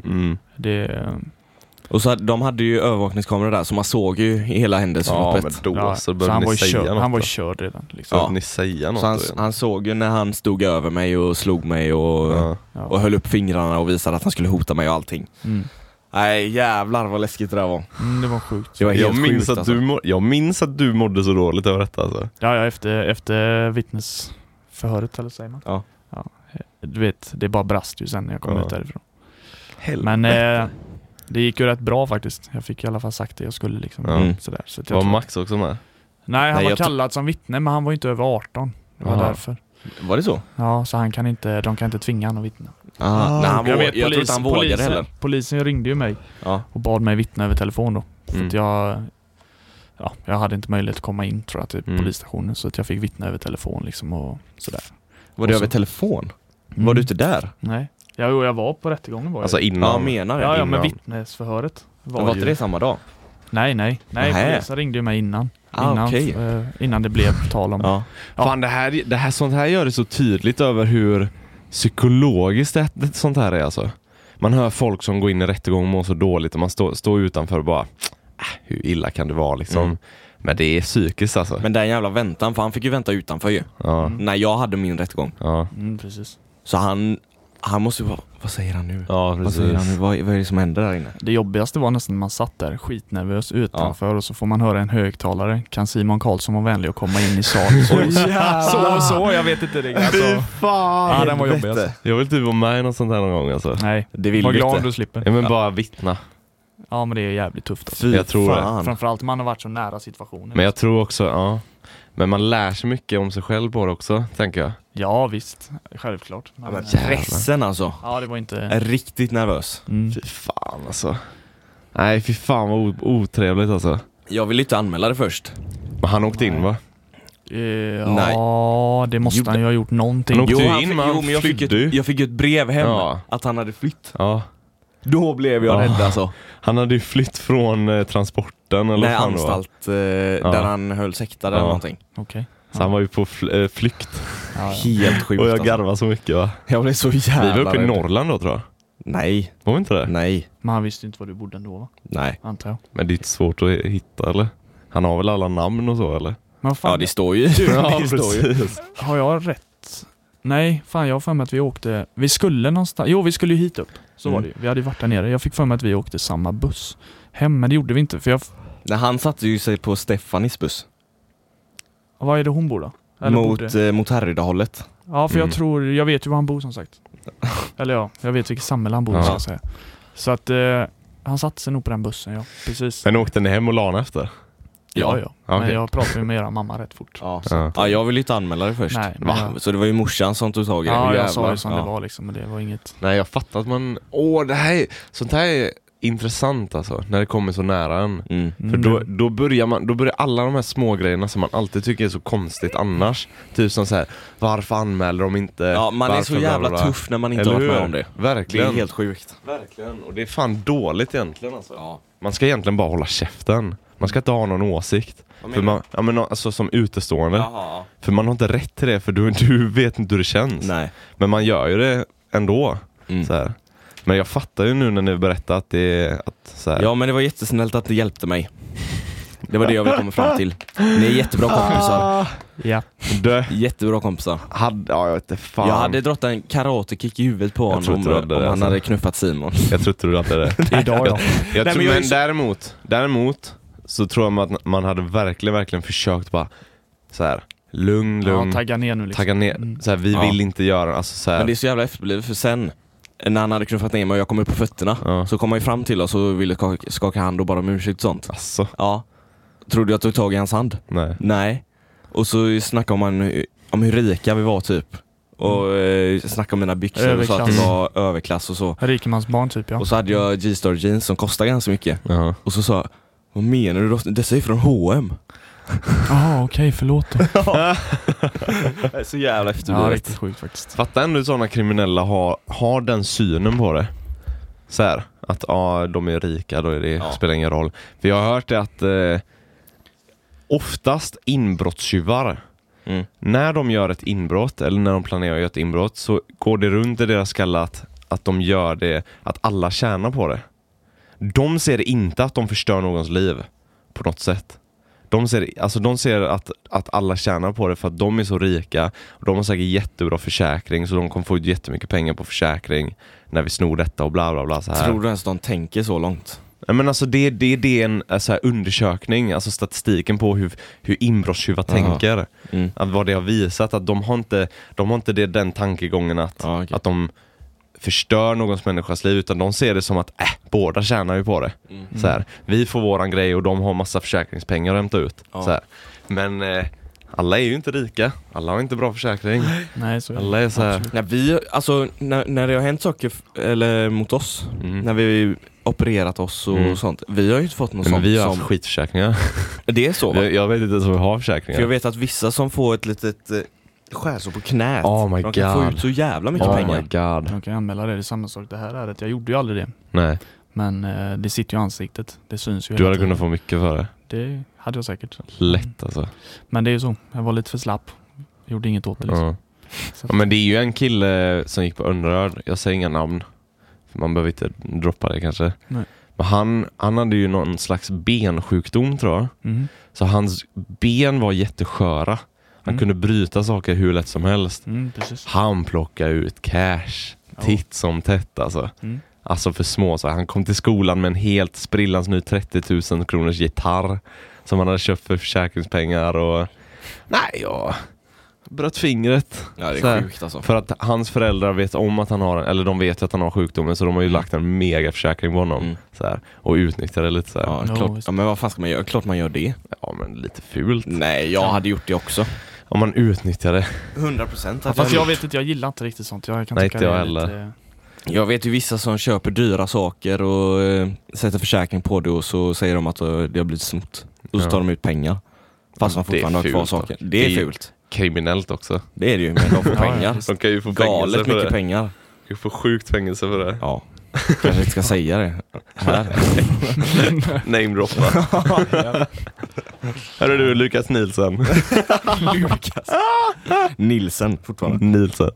Och så de hade ju övervakningskameror där, så man såg ju hela händelseförloppet. Ja, men då så började ni säga något. Han var körd redan, liksom. Ja. Ni säga något så han såg ju när han stod över mig och slog mig och höll upp fingrarna och visade att han skulle hota mig och allting. Nej, jävlar vad läskigt det där var. Det var sjukt. Det var helt minns sjukt, alltså. jag minns att du mådde så dåligt över detta alltså. Ja, efter vittnesförhöret, eller säger man. Ja. Du vet, det bara brast ju sen när jag kom ut därifrån. Helvete. Men det gick ju rätt bra faktiskt. Jag fick i alla fall sagt det jag skulle liksom. Sådär. Så att jag var Max också med? Nej, han var kallad som vittne, men han var inte över 18. Det var därför. Var det så? Ja, så de kan inte tvinga han att vittna. Nej, jag tror inte han vågade heller. Polisen ringde ju mig och bad mig vittna över telefon då. För att jag hade inte möjlighet att komma in, tror jag, till polisstationen, så att jag fick vittna över telefon liksom och sådär. Var det över telefon? Var du inte där? Nej. Jag var på rättegången, var jag. Alltså innan? Ja, menar jag. Ja, men vittnesförhöret var inte det samma dag? Nej, polisen ringde ju mig innan. Innan det blev tal om. Ja. Fan, sånt här gör det så tydligt över hur psykologiskt det sånt här är alltså. Man hör folk som går in i rättegång och mår så dåligt och man står utanför och bara hur illa kan det vara liksom. Men det är psykiskt alltså. Men den jävla väntan, för han fick ju vänta utanför ju. När jag hade min rättegång. Precis. Så han måste ju vara... Vad säger han nu? Ja, precis. Vad säger han nu? Vad är det som händer där inne? Det jobbigaste var nästan när man satt där skitnervös utanför och så får man höra en högtalare. Kan Simon Karlsson vara vänlig och komma in i salen? Så, jag vet inte det. Alltså. Fan! Ja, den var jobbig alltså. Jag vill typ vara med i något sånt här någon gång alltså. Nej, det vill var du glad inte. om du slipper. Ja, men bara vittna. Ja, men det är jävligt tufft alltså. Jag tror det. Framförallt man har varit så nära situationen. Men jag tror också, men man lär sig mycket om sig själv på det också, tänker jag. Ja, visst. Självklart. Men pressen alltså. Ja, det var inte... Jag är riktigt nervös. Fy fan alltså. Nej, fy fan vad otrevligt alltså. Jag vill inte anmäla det först. Men han åkte in, va? Ja, det måste han ju ha gjort någonting. Han åkte in, men jag fick ett brev hem att han hade flytt. Ja. Då blev jag rädd alltså. Han hade ju flytt från transporten eller nej, anstalt där han höll sektad eller någonting. Okej. Så han var ju på flykt. Helt sjukt. Och jag garvar så mycket, va? Jag blev så jävla vi var uppe i Norrland då, tror jag. Nej. Var vi inte det? Nej. Men han visste inte var du bodde ändå, va? Nej. Antar jag. Men det är inte svårt att hitta, eller? Han har väl alla namn och så, eller? Men fan, ja, det står ju. Ja, det står ju. Har jag rätt? Nej, fan, jag har för mig att vi åkte... Vi skulle någonstans... Jo, vi skulle ju hit upp. Så var det ju. Vi hade ju varit där nere. Jag fick för mig att vi åkte samma buss hem, men det gjorde vi inte. För nej, han satte ju sig på Stefanis buss. Var är det hon bor då? Eller mot Härryda-hållet. Ja, för jag vet ju var han bor som sagt. Eller ja, jag vet vilket samhälle han bor ska jag säga. Så att han satte sig nog på den bussen, ja. Precis. Men åkte ni hem och lana efter? Ja. Men jag pratade ju med era mamma rätt fort. Ja, jag ville inte anmäla det först. Nej, Så det var ju morsan som tog tag i det. Ja, jag sa ju som det var liksom, men det var inget. Nej, jag fattar att man... sånt här är intressant alltså, när det kommer så nära en. För då börjar alla de här små grejerna som man alltid tycker är så konstigt annars. Typ som så här, varför anmäler de inte? Ja, man är så jävla tuff när man inte har varit med om det. Verkligen. Det är helt sjukt. Verkligen, och det är fan dåligt egentligen alltså. Ja. Man ska egentligen bara hålla käften. Man ska inte ha någon åsikt. För alltså som utestående. Jaha. För man har inte rätt till det, för du vet inte hur det känns. Nej. Men man gör ju det ändå. Så här. Men jag fattar ju nu när ni berättar att det är så här. Ja, men det var jättesnällt att det hjälpte mig. Det var det jag ville komma fram till. Ni är jättebra kompisar. Ja. Jättebra kompisar. Jag vet inte fan. Jag hade drott en karate-kick i huvudet på honom om han hade knuffat Simon. Jag tror inte du hade det. Idag, ja. Men däremot så tror jag att man hade verkligen försökt bara så här lugn. Ja, tagga ner nu liksom. Tagga ner. Så här, vi vill inte göra alltså så här. Men det är så jävla efterblivet, för sen när han hade knuffat ner mig och jag kom upp på fötterna så kom han ju fram till oss och ville skaka hand och bara om ursäkt och sånt. Asså. Ja. Tror du jag tog tag i hans hand? Nej. Och så snackade man om hur rika vi var typ. Och snackade om mina byxor och så att det var överklass och så. Rikemans barn typ, ja. Och så hade jag G-Star jeans som kostade ganska mycket. Och så sa, vad menar du då? Dessa är från H&M. Okej, förlåt då. Det är så jävla efterblivet. Ja, riktigt sjukt faktiskt. Fattar ändå hur sådana kriminella har den synen på det. Så här, att de är rika, då är det spelar ingen roll. För jag har hört det att oftast inbrottstjuvar, när de gör ett inbrott eller när de planerar att göra ett inbrott, så går det runt i deras skalle att de gör det, att alla tjänar på det. De ser inte att de förstör någons liv på något sätt. De ser att alla tjänar på det för att de är så rika, och de har säkert jättebra försäkring, så de kommer få ut jättemycket pengar på försäkring när vi snor detta och bla bla bla så här. Tror du ens de tänker så långt? Men alltså det är en så här undersökning, alltså statistiken på hur inbrottstjuvar tänker. Att vad det har visat, att de har inte den tankegången att de förstör någons människas liv, utan de ser det som att båda tjänar ju på det. Så här, vi får våran grej och de har massa försäkringspengar att hämta ut. Så här. Men alla är ju inte rika. Alla har inte bra försäkring. Nej, så alla är så här. Ja, vi, alltså, när det har hänt saker eller mot oss, när vi opererat oss och sånt, vi har ju inte fått något sånt. Men vi har haft skitförsäkringar. Det är så, va? Jag vet inte ens om vi har försäkringar. För jag vet att vissa som får ett litet skärsår på knät, de kan få ut så jävla mycket pengar. My God. De kan anmäla det är samma sak. Det här är det. Jag gjorde ju aldrig det. Nej. Men det sitter ju i ansiktet. Det syns ju. Du hade kunnat få mycket för det. Det hade jag säkert. Lätt alltså. Men det är ju så. Jag var lite för slapp. Gjorde inget åt det liksom. Ja, men det är ju en kille som gick på Önneröd. Jag säger inga namn. För man behöver inte droppa det kanske. Nej. Men han hade ju någon slags bensjukdom, tror jag. Så hans ben var jättesköra. Han kunde bryta saker hur lätt som helst. Han plockade ut cash. Titt som tätt alltså. Alltså för små. Så han kom till skolan med en helt sprillans ny 30 000 kronors gitarr som han hade köpt för försäkringspengar. Och nej, jag bröt fingret. Ja, det är sjukt alltså. För att hans föräldrar vet om att han har, eller de vet att han har sjukdomen, så de har ju lagt en mega försäkring på honom så här, och utnyttjar det lite så här. Ja, klart. Ja, men vad fan ska man göra? Klart man gör det. Ja, men lite fult. Nej, jag hade gjort det också. Om man utnyttjar det. 100%. Fast jag vet inte, jag gillar inte riktigt sånt. Jag kan inte jag heller. Jag vet ju vissa som köper dyra saker och sätter försäkring på det, och så säger de att det har blivit snott. Och så tar de ut pengar. Fast man fortfarande har kvar saker. Det är fult. Kriminellt också. Det är det ju, men de får pengar. De kan ju få galet mycket pengar. De kan få sjukt fängelse för det. Ja. Kanske inte ska säga det här. Name-droppa. Här är du, Lukas Nilsen. Lukas Nilsen, fortfarande. Nilsen.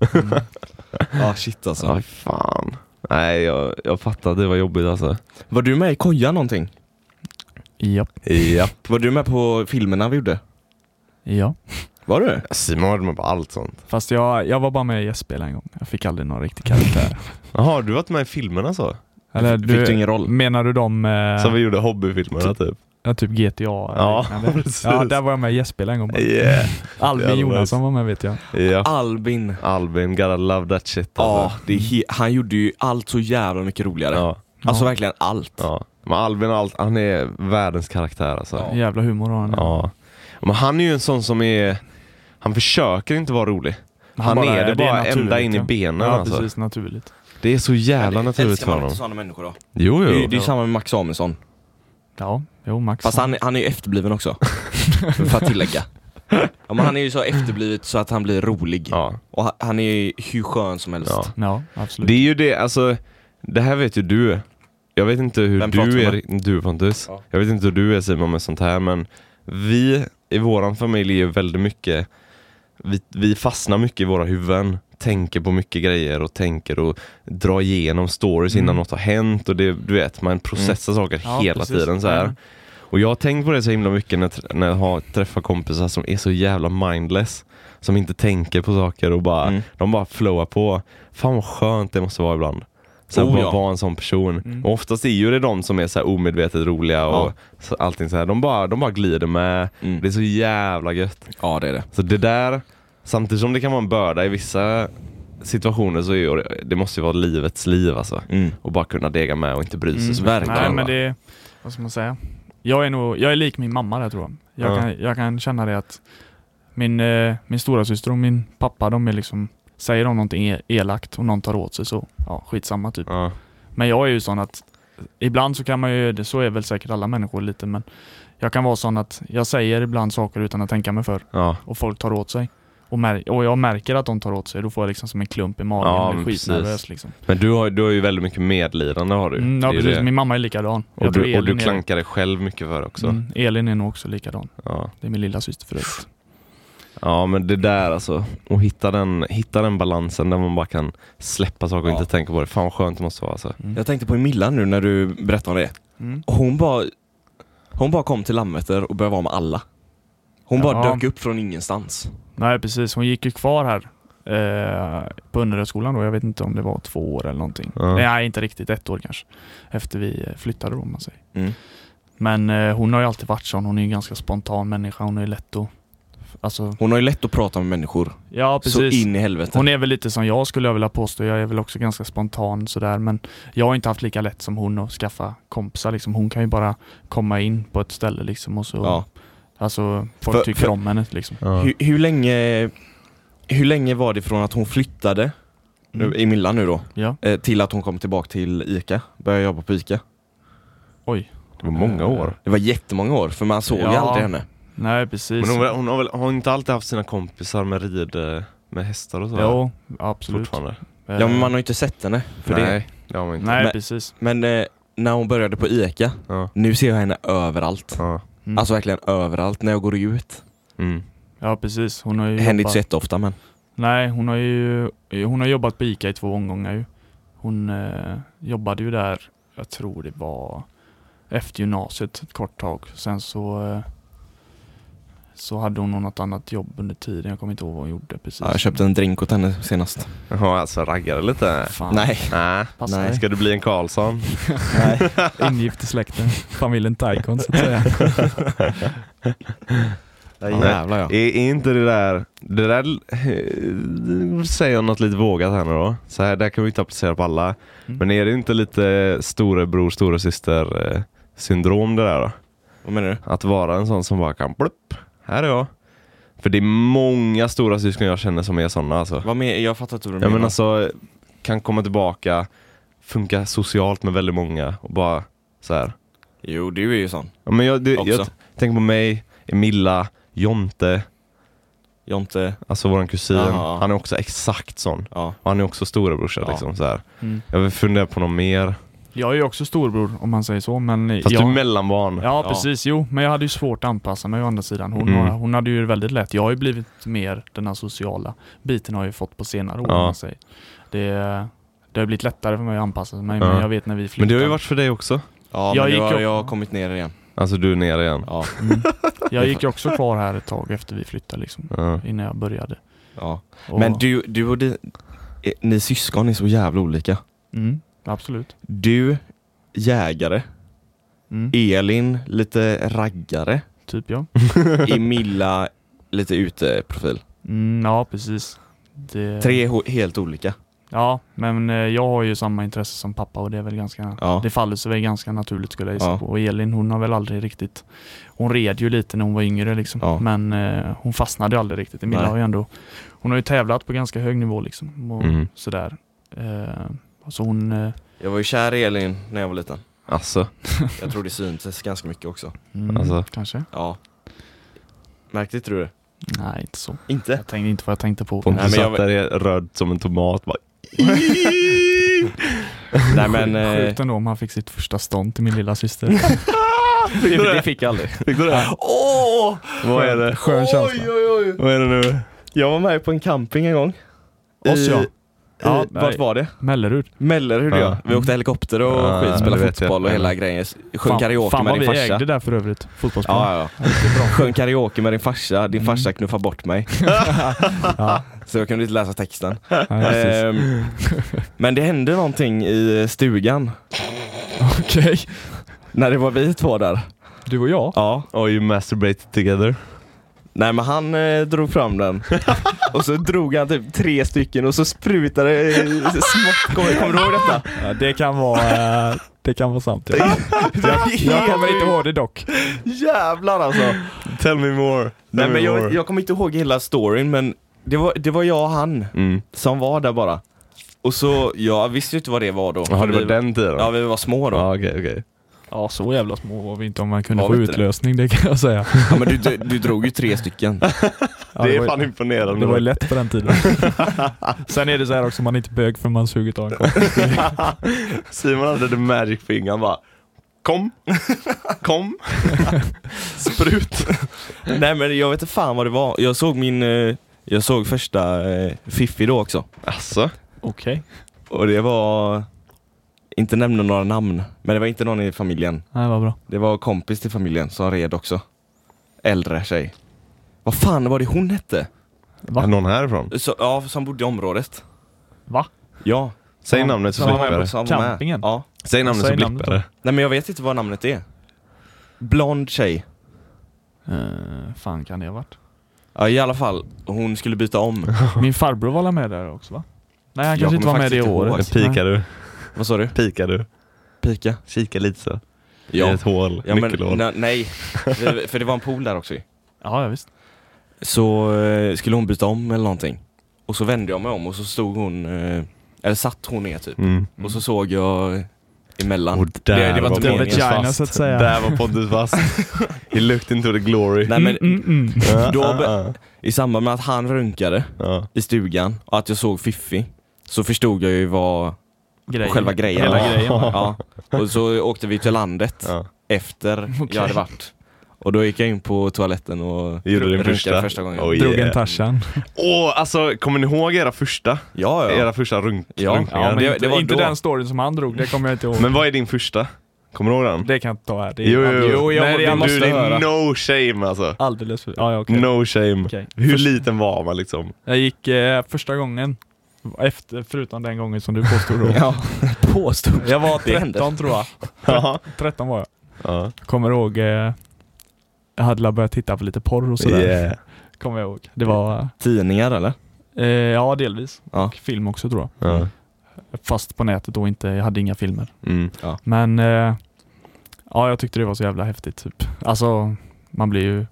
Shit alltså. Aj, fan. Nej, jag fattar att det var jobbigt alltså. Var du med i Koja någonting? Japp. Var du med på filmerna vi gjorde? Ja. Var du? Simon var med på allt sånt. Fast jag var bara med i gästspel en gång. Jag fick aldrig någon riktig karaktär. Jaha, du har varit med i filmerna så? Eller fick du ingen roll? Menar du dem... som vi gjorde hobbyfilmerna typ? Ja, typ GTA. Ja, precis. Ja, där var jag med i gästspel en gång. Yeah. Albin Jonasson var med, vet jag. Ja. Albin, gotta love that shit. Alltså. Ja, han gjorde ju allt så jävla mycket roligare. Ja. Alltså verkligen allt. Ja. Men Albin och allt, han är världens karaktär alltså. Ja. Jävla humor har han. Ja. Men han är ju en sån som är... Han försöker inte vara rolig. Han är det bara ända in i benen. Ja, alltså. Precis, naturligt. Det är så jävla naturligt för honom. Älskar man inte sådana människor då? Jo. Det är ju samma med Max Samuelsson. Ja, Max. Fast han är ju efterbliven också. För att tillägga. Ja, men han är ju så efterblivet så att han blir rolig. Ja. Och han är hur skön som helst. Ja, absolut. Det är ju det, alltså... Det här vet ju du. Jag vet inte hur du är... Du, Pontus. Ja. Jag vet inte hur du är, Simon, med sånt här. Men vi i våran familj är väldigt mycket... Vi fastnar mycket i våra huvuden. Tänker på mycket grejer och tänker och drar igenom stories innan något har hänt. Och det, du vet, man processar saker hela tiden så här. Och jag har tänkt på det så himla mycket när jag har träffat kompisar som är så jävla mindless. Som inte tänker på saker och bara de bara flowar på. Fan vad skönt det måste vara ibland. Så bara vara en sån person. Och oftast är ju det de som är så här omedvetet roliga och så, allting så här. De bara glider med. Det är så jävla gött. Ja, det är det. Så det där, samtidigt som det kan vara en börda i vissa situationer, så är det måste ju vara livets liv alltså. Och bara kunna dega med och inte bry sig så mycket. Nej, men det, vad ska man säga? Jag är lik min mamma där, tror jag. Jag kan känna det att min stora syster och min pappa, de är liksom, säger de någonting elakt och någon tar åt sig, så skitsamma typ. Men jag är ju sån att ibland så kan man ju, det så är väl säkert alla människor lite, men jag kan vara sån att jag säger ibland saker utan att tänka mig för. Och folk tar åt sig. Och jag märker att de tar åt sig, då får jag liksom som en klump i magen. Ja, skitnervös liksom. Men du har ju väldigt mycket medlidande, har du. Ja, precis. Min mamma är likadan. Och du klankar dig själv mycket för också. Elin är nog också likadan. Ja. Det är min lilla syster för övrigt. Ja, men det där alltså, och hitta den balansen där man bara kan släppa saker och inte tänka på det. Fan vad skönt det måste vara alltså. Jag tänkte på Emilia nu när du berättade om det. Hon bara kom till Landvetter och började vara med alla. Hon bara dök upp från ingenstans. Nej, precis. Hon gick ju kvar här på Underhögskolan då. Jag vet inte om det var 2 år eller någonting. Nej, inte riktigt. 1 år kanske. Efter vi flyttade då, om man säger. Men hon har ju alltid varit sån. Hon är ju en ganska spontan människa. Hon är ju lätt att... Alltså, hon har ju lätt att prata med människor. Ja, precis. Så in i helvete. Hon är väl lite som jag, skulle jag vilja påstå. Jag är väl också ganska spontan sådär. Men jag har inte haft lika lätt som hon att skaffa kompisar liksom. Hon kan ju bara komma in på ett ställe liksom. Och så, alltså, folk tycker om henne liksom. Hur länge var det från att hon flyttade i Milla nu då till att hon kom tillbaka till ICA? Började jobba på ICA? Oj. Det var många år. Det var jättemånga år, för man såg ju aldrig henne. Nej, precis. Men hon har inte alltid haft sina kompisar med hästar och så? Jo, absolut. Ja, men man har ju inte sett henne för det. Ja, men inte. Nej, precis. Men när hon började på ICA, nu ser jag henne överallt. Alltså verkligen överallt när jag går ut. Ja, precis. Hon har ju händer inte så jätteofta, men... Nej, hon har jobbat på ICA i 2 omgångar ju. Hon jobbade ju där, jag tror det var efter gymnasiet ett kort tag. Sen så hade hon något annat jobb under tiden. Jag kommer inte ihåg vad hon gjorde precis. Ja, jag köpte en drink åt henne senast. Jaha, alltså raggade lite. Fan. Nej. Nej. Ska du bli en Karlsson? Nej. Ingift i släkten. Familjen Taikon, så att säga. Jävlar, ja. Är inte det där säger jag något lite vågat här nu då. Så här, där kan vi inte applicera på alla. Men är det inte lite storebror, storasyster syndrom det där då? Vad menar du? Att vara en sån som bara kan plupp, här är jag. För det är många stora syskon jag känner som är såna alltså. Vad med? Jag fattar inte vad du menar. Men alltså, kan komma tillbaka, funka socialt med väldigt många och bara så här. Jo, du är ju sån. Ja, men jag tänker på mig, Emilia, Jonte, alltså våran kusin. Aha. Han är också exakt sån. Ja. Och han är också storebrorsa liksom så här. Jag vill fundera på något mer. Jag är ju också storbror, om man säger så, men fast du är mellanbarn. Ja, precis. Jo, men jag hade ju svårt att anpassa mig å andra sidan. Hon hade ju väldigt lätt. Jag har ju blivit mer den här sociala biten, har jag ju fått på senare år, om man säger. Det har blivit lättare för mig att anpassa mig, men jag vet när vi flyttade. Men det har ju varit för dig också. Ja, men jag har kommit ner igen. Alltså du är ner igen. Ja. Jag gick ju också kvar här ett tag efter vi flyttade liksom, innan jag började. Ja. Men du och ni syskon är så jävla olika. Absolut. Du, jägare. Elin, lite raggare. Typ, ja. Emilia, lite uteprofil. Ja, precis. 3 helt olika. Ja, men jag har ju samma intresse som pappa, och det är väl ganska... Det faller sig väl ganska naturligt, skulle jag gissa på. Och Elin, hon har väl aldrig riktigt... Hon red ju lite när hon var yngre liksom. Men hon fastnade aldrig riktigt. Emilia har ju ändå... Hon har ju tävlat på ganska hög nivå liksom. Och sådär. Så hon... Jag var ju kär i Elin när jag var liten. Alltså. Jag tror det syntes ganska mycket också. Alltså. Kanske. Ja. Märkte du det? Nej, inte så. Inte? Jag tänkte inte vad jag tänkte på. Och du satt där röd som en tomat. Bara... Nej, men... Sjukt ändå om han fick sitt första stånd till min lilla syster. Det fick jag aldrig. Fick du det? Vad är det? Skön känsla. Oj. Vad är det nu? Jag var med på en camping en gång. Vart var det? Mellerud, ja. Vi åkte helikopter och spelade fotboll och hela grejen. Sjöng karaoke med din farsa. Fan vad vi ägde där för övrigt. Fotbollsplan. Ja. Sjöng karaoke med din farsa. Din farsa knuffade bort mig. Så jag kunde inte läsa texten. Men det hände någonting i stugan. Okej. När det var vi 2 där. Du och jag? Ja. Och you masturbated together. Nej, men han drog fram den. Och så drog han typ 3 stycken och så sprutade smått. Kommer du ihåg detta? Ja, det kan vara Det kan vara sant. Jag kommer inte ihåg det dock. Jävlar alltså. Tell me more. Nej, men jag kommer inte ihåg hela storyn, men det var jag och han som var där bara. Och så, jag visste ju inte vad det var då. Ja, det var den tiden? Ja, vi var små då. Ja, okej. Ja, så jävla små var vi inte om man kunde få utlösning, det kan jag säga. Ja, men du drog ju 3 stycken. Det är fan imponerande. Det var ju lätt på den tiden. Sen är det så här också, man är inte bög för man sugit av en. Simon hade the magic finger, han bara Kom Sprut. Nej, men jag vet inte fan vad det var. Jag såg första Fiffi då också. Asså? Okej. Och det var, inte nämna några namn, men det var inte någon i familjen. Nej, vad bra. Det var kompis till familjen som red också. Äldre tjej. Vad fan var det hon hette? Va? Är någon härifrån? Ja, som bodde i området. Va? Ja. Säg namnet så slipper det. Campingen? Ja. Säg namnet så slipper det. Nej, men jag vet inte vad namnet är. Blond tjej. Fan kan det ha varit? Ja, i alla fall. Hon skulle byta om. Min farbror var med där också, va? Nej, han kanske inte var med det året. Pikar du? Vad sa du? Pikar du? Pika? Kika lite så. Ja. I ett hål, ja, nyckelhål. Men, nej, för det var en pool där också. Ja, visst. Så skulle hon byta om eller någonting. Och så vände jag mig om och så stod hon, eller satt hon ner typ. Och så såg jag emellan. Och där det var inte Pontus fast. Så att säga. Där var Pontus fast. He looked into the glory. Nej, men då, i samband med att han runkade i stugan och att jag såg Fiffi, så förstod jag ju vad själva grejen. Hela grejen. Ja. Och så åkte vi till landet efter jag hade varit. Och då gick jag in på toaletten och runkade första gången. Oh, drog en Tarzan. Alltså, kommer ni ihåg era första? Ja. Era första runkningar? Ja, men det var inte den storyn som han drog, det kommer jag inte ihåg. Men vad är din första? Kommer du ihåg den? Det kan jag inte ta här. Jo, jag måste höra. No shame alltså. Alldeles för... Ja, okay. No shame. Okay. Hur liten var man liksom? Jag gick första gången förutom den gången som du påstod då. Ja, påstod. Jag var 13 tror jag. 13 var jag. Ja. Kommer ihåg jag hade börjat titta på lite porr och sådär. Yeah. Kommer jag ihåg. Det var tidningar eller? Ja, delvis. Ja. Och film också tror jag. Ja. Fast på nätet då inte, jag hade inga filmer. Ja. Men ja, jag tyckte det var så jävla häftigt typ. Alltså, man blir ju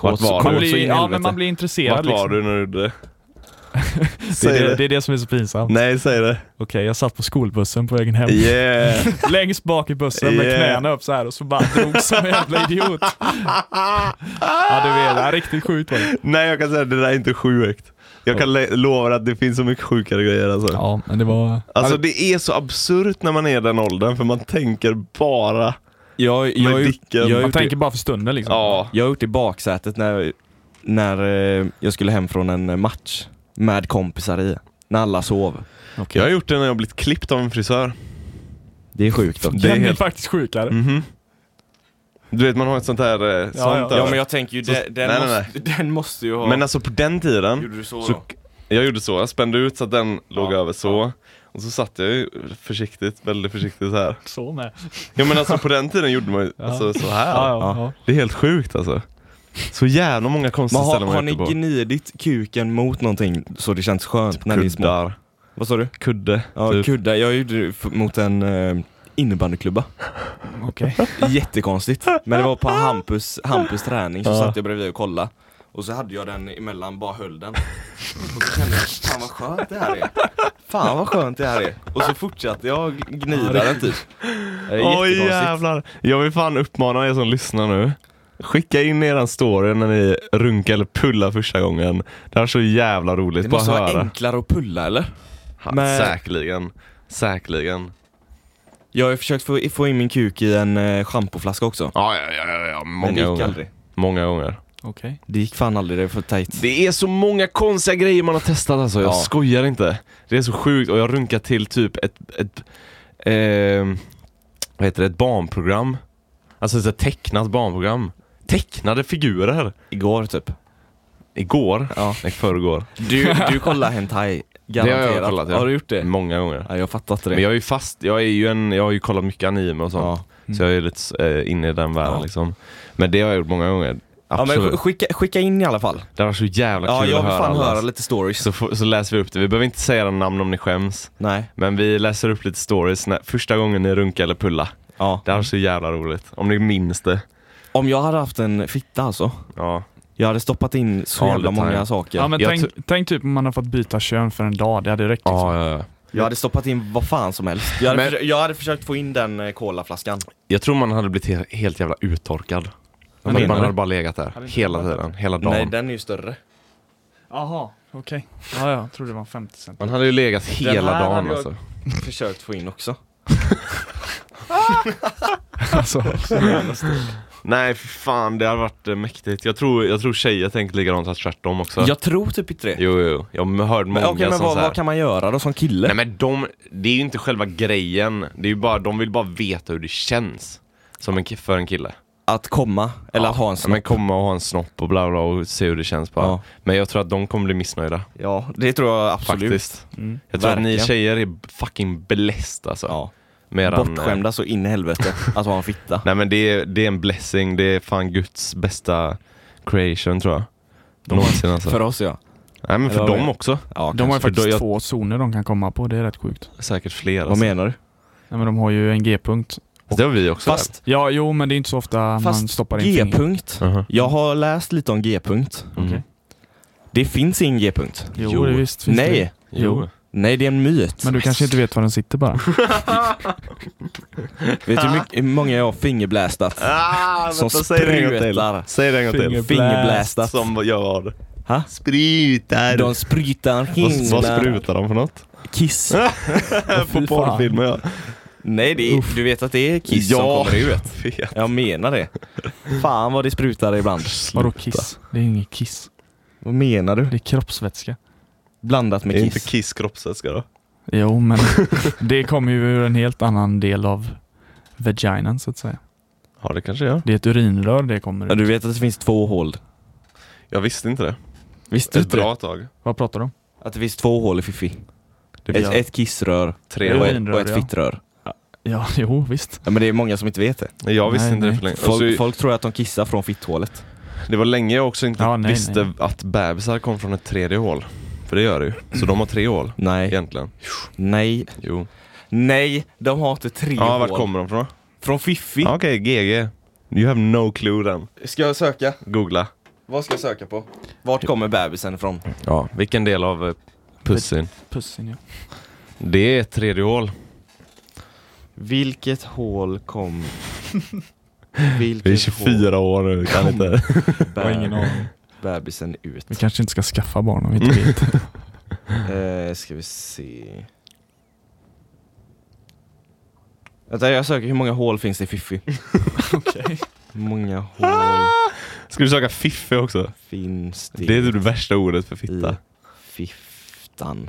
man blir intresserad. Vart var du när du gjorde det? Det är det som är så pinsamt. Nej, säg det. Okej, jag satt på skolbussen på vägen hem. Yeah. Längst bak i bussen med knäna upp så här och så bara drog som en jävla idiot. Ja, du vet, det är riktigt sjukt var det. Nej, jag kan säga att det där är inte sjukt. Jag kan lova att det finns så mycket sjukare grejer alltså. Ja, men det var... Alltså det är så absurt när man är den åldern, för man tänker bara man tänker bara för stunden liksom. Ja. Jag har gjort i baksätet när jag skulle hem från en match med kompisar i, när alla sov. Okay. Jag har gjort det när jag blivit klippt av en frisör. Det är sjukt då. Det är faktiskt sjukare. Du vet, man har ett sånt här ja, men jag tänker ju den måste ju ha. Men alltså på den tiden gjorde du så jag gjorde så, jag spände ut så att den låg över så. Och så satt jag ju väldigt försiktigt så här. Så med. Ja, men alltså på den tiden gjorde man ju alltså, så här. Ja. Det är helt sjukt alltså. Så jävla många konstiga ställen man har ni gnidit kuken mot någonting så det känns skönt typ när ni är små? Vad sa du? Kudde. Ja, typ. Kudde. Jag gjorde det mot en innebandyklubba. Okej. Jättekonstigt. Men det var på Hampus träning, så satt jag bredvid och kollade. Och så hade jag den emellan, bara höll den. Och så kände jag, fan vad skönt det här är. Fan vad skönt det här är. Och så fortsatte jag gnida den typ. Oj jävlar. Jag vill fan uppmana er som lyssnar nu. Skicka in eran story när ni runkar eller pullar första gången. Det är så jävla roligt. Det måste vara enklare att pulla, eller? Säkerligen. Jag har försökt få in min kuk i en schampoflaska också. Ja. Många gånger. Okay. Det gick fan aldrig, det är för tajt. Det är så många konstiga grejer man har testat alltså. Jag skojar inte. Det är så sjukt. Och jag runkar till typ vad heter det? Ett barnprogram. Alltså ett tecknat barnprogram. Tecknade figurer. Igår typ. Igår? Ja. Förrgår. Du kollar hentai. Garanterat. Det har jag kollat, ja. Har du gjort det? Många gånger. Ja, jag fattar inte det. Men jag är ju fast. Jag har ju kollat mycket anime och sånt. Så jag är lite inne i den världen liksom. Men det har jag gjort många gånger. Absolut. Ja, men skicka in i alla fall. Det var så jävla kul att höra. Ja, jag vill fan höra lite stories. Så läser vi upp det. Vi behöver inte säga någon namn om ni skäms. Nej. Men vi läser upp lite stories första gången ni runkar eller pulla. Ja. Det är så jävla roligt. Om ni minns det. Om jag hade haft en fitta alltså. Ja. Jag hade stoppat in så jävla många saker. Ja, men tänk typ om man har fått byta kön för en dag. Det hade räckt. Ja. Jag hade stoppat in vad fan som helst. Jag hade försökt få in den colaflaskan. Jag tror man hade blivit helt jävla uttorkad. Man hade bara legat där hela tiden, hela dagen. Nej, den är ju större. Jaha, okej. Ja, jag trodde det var 50 cent. Man hade ju legat hela dagen hade alltså. Försökt få in också. Alltså. Nej, för fan, det har varit mäktigt. Jag tror tjejer tänker likadant tvärtom också. Jag tror typ inte det. Jo. Jag har hört många men som vad kan man göra då som kille? Nej, men det är ju inte själva grejen. Det är ju bara, de vill bara veta hur det känns för en kille. Att komma, eller ha en snopp. Men komma och ha en snopp och bla bla och se hur det känns bara. Ja. Men jag tror att de kommer bli missnöjda. Ja, det tror jag absolut. Faktiskt. Jag tror att ni tjejer är fucking blessed alltså. Ja. Medan, bortskämda så in i helvete att ha en fitta. Nej, men det är en blessing. Det är fan Guds bästa creation, tror jag. Någonsin alltså. För oss, ja. Nej, men för dem också. Ja, de har ju faktiskt 2 zoner de kan komma på. Det är rätt sjukt. Säkert fler. Vad menar du? Nej, men de har ju en G-punkt. Det har vi också. Fast, jo, men det är inte så ofta man stoppar in G-punkt. Jag har läst lite om G-punkt. Det finns ingen G-punkt. Jo, det visst finns Nej. det. Jo. Nej, det är en myt. Men du kanske inte vet var den sitter bara. Vet du hur många jag har fingerblastat? Som sprutar. Säg det en gång till. Fingerblastat. Som jag har. Ha? Sprutar. De sprutar himla. Vad sprutar de för något? Kiss. På porrfilmer, ja. Nej, du vet att det är kiss som kommer ut. Jag menar det. Fan vad det sprutar ibland. Vadå kiss? Det är inget kiss. Vad menar du? Det är kroppsvätska. Blandat med kiss. Är inte kiss kroppsvätska då? Jo, men det kommer ju ur en helt annan del av vaginan, så att säga. Ja, det kanske gör. Det är ett urinrör det kommer ut. Ja, du vet att det finns 2 hål. Jag visste inte det. Visste du ett bra tag. Vad pratar du om? Att det finns 2 hål i fiffi. Ett kissrör 3 och ett fittrör. Ja, jo, visst. Ja, men det är många som inte vet det. Jag visste inte det för länge. Folk tror att de kissar från fitthålet. Det var länge jag också inte visste att bebisar kom från ett 3:e hål. För det gör det ju. Så de har 3 hål. Nej. Egentligen. Nej. Jo. Nej, de har inte 3 hål. Ja, vart kommer de från? Från fiffi. Okej, GG. You have no clue then. Ska jag söka? Googla. Vad ska jag söka på? Vart kommer bebisen ifrån? Ja, vilken del av pussin? Pussin, ja. Det är ett 3:e hål. Vilket hål kom... Vi är 24 år nu, kan inte. Ingen aning. Bebisen ut. Vi kanske inte ska skaffa barn om vi inte vet. Ska vi se. Jag söker hur många hål finns det i fiffi. Okej. Många hål. Ska du söka fiffi också? Finns det? Det är det värsta ordet för fitta. Fiftan.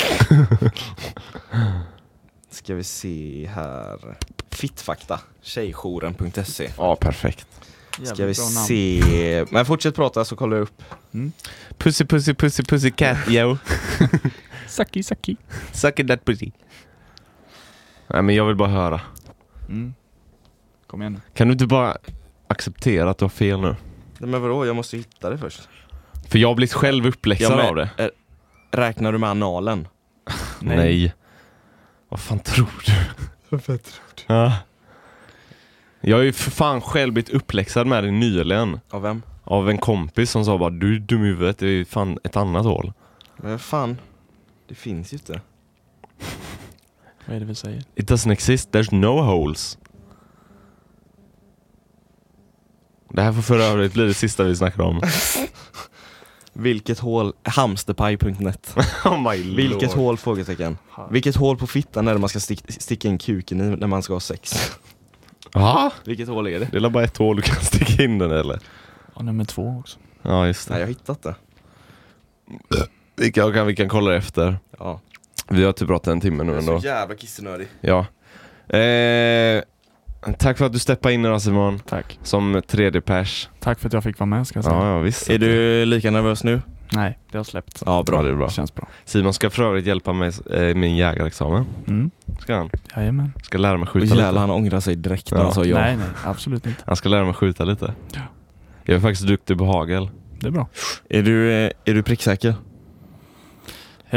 Ska vi se här. Fittfakta. Tjejjouren.se. Ja, perfekt. Ska vi se. Men fortsätt prata så kollar jag upp. Pussy, pussy, pussy, pussy cat, yo. Sucky. Sucky that pussy. Nej, men jag vill bara höra. Kom igen. Kan du inte bara acceptera att du har fel nu? Nej, men vadå? Jag måste hitta det först. För jag har blivit själv uppläxad av det. Räknar du med analen? Nej. Vad fan tror du? Vad tror du? Ja. Jag har ju för fan själv blivit uppläxad med det nyligen. Av vem? Av en kompis som sa bara, du är dum i huvudet, det är fan ett annat hål. Men fan, det finns ju inte. Vad är det vi säger? It doesn't exist, there's no holes. Det här får för övrigt bli det sista vi snackar om. Vilket hål? Hamsterpaj.net. Oh my Vilket lord. hål? Frågetecken. Vilket hål på fittan är det man ska sticka in kuken i när man ska ha sex? Ja. Vilket hål är det? Det är bara ett hål du kan sticka in den, eller? Ja, nummer 2 också. Ja, just det. Nej, jag har hittat det. Vi kan kolla efter. Ja. Vi har typ pratat en timme nu ändå. Så jävla kissenödig. Ja. Tack för att du steppade in idag, Simon. Tack. Som 3D pers. Tack för att jag fick vara med, ska jag säga. Ja, visst. Är du lika nervös nu? Nej, det har släppt. Ja, bra. Ja, det är bra. Det känns bra. Simon ska för övrigt hjälpa mig i min jägarexamen. Ska han? Jajamän. Ska lära mig skjuta lite. Han ångrar sig direkt när han sa ja. Nej, absolut inte. Han ska lära mig skjuta lite. Ja. Jag är faktiskt duktig på hagel. Det är bra. Är du pricksäker?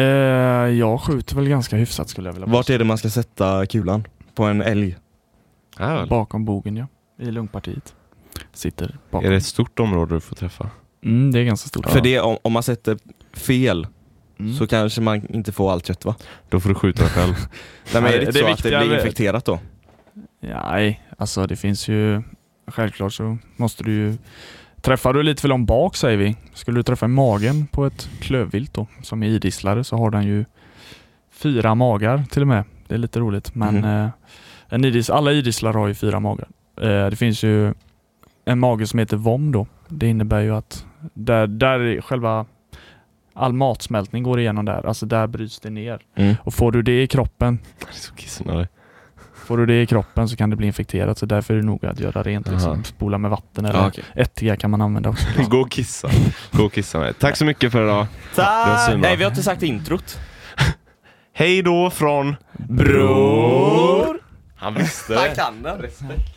Jag skjuter väl ganska hyfsat, skulle jag vilja påstå. Vart är det man ska sätta kulan? På en älg? Bakom bogen, ja. I lungpartiet. Sitter bakom. Är det ett stort område du får träffa? Det är ganska stort. För det, om man sätter fel så kanske man inte får allt kött, va? Då får du skjuta själv. Men är det inte så att det blir infekterat då? Nej, alltså det finns ju... Självklart så måste du ju... Träffar du lite för långt bak, säger vi. Skulle du träffa i magen på ett klövvilt då, som är idisslare, så har den ju 4 magar till och med. Det är lite roligt. Men alla idisslar har ju 4 magar. Det finns ju en mage som heter vom då. Det innebär ju att där själva all matsmältning går igenom där. Alltså där bryts det ner. Och får du det i kroppen... Får du det i kroppen så kan det bli infekterat, så därför är det nog att göra rent, liksom, spola med vatten eller ättiga kan man använda också. Gå och kissa med. Tack så mycket för idag. Tack! Nej, vi har inte sagt introt. Hej då från Bror. Han visste. Han kan det. Respekt.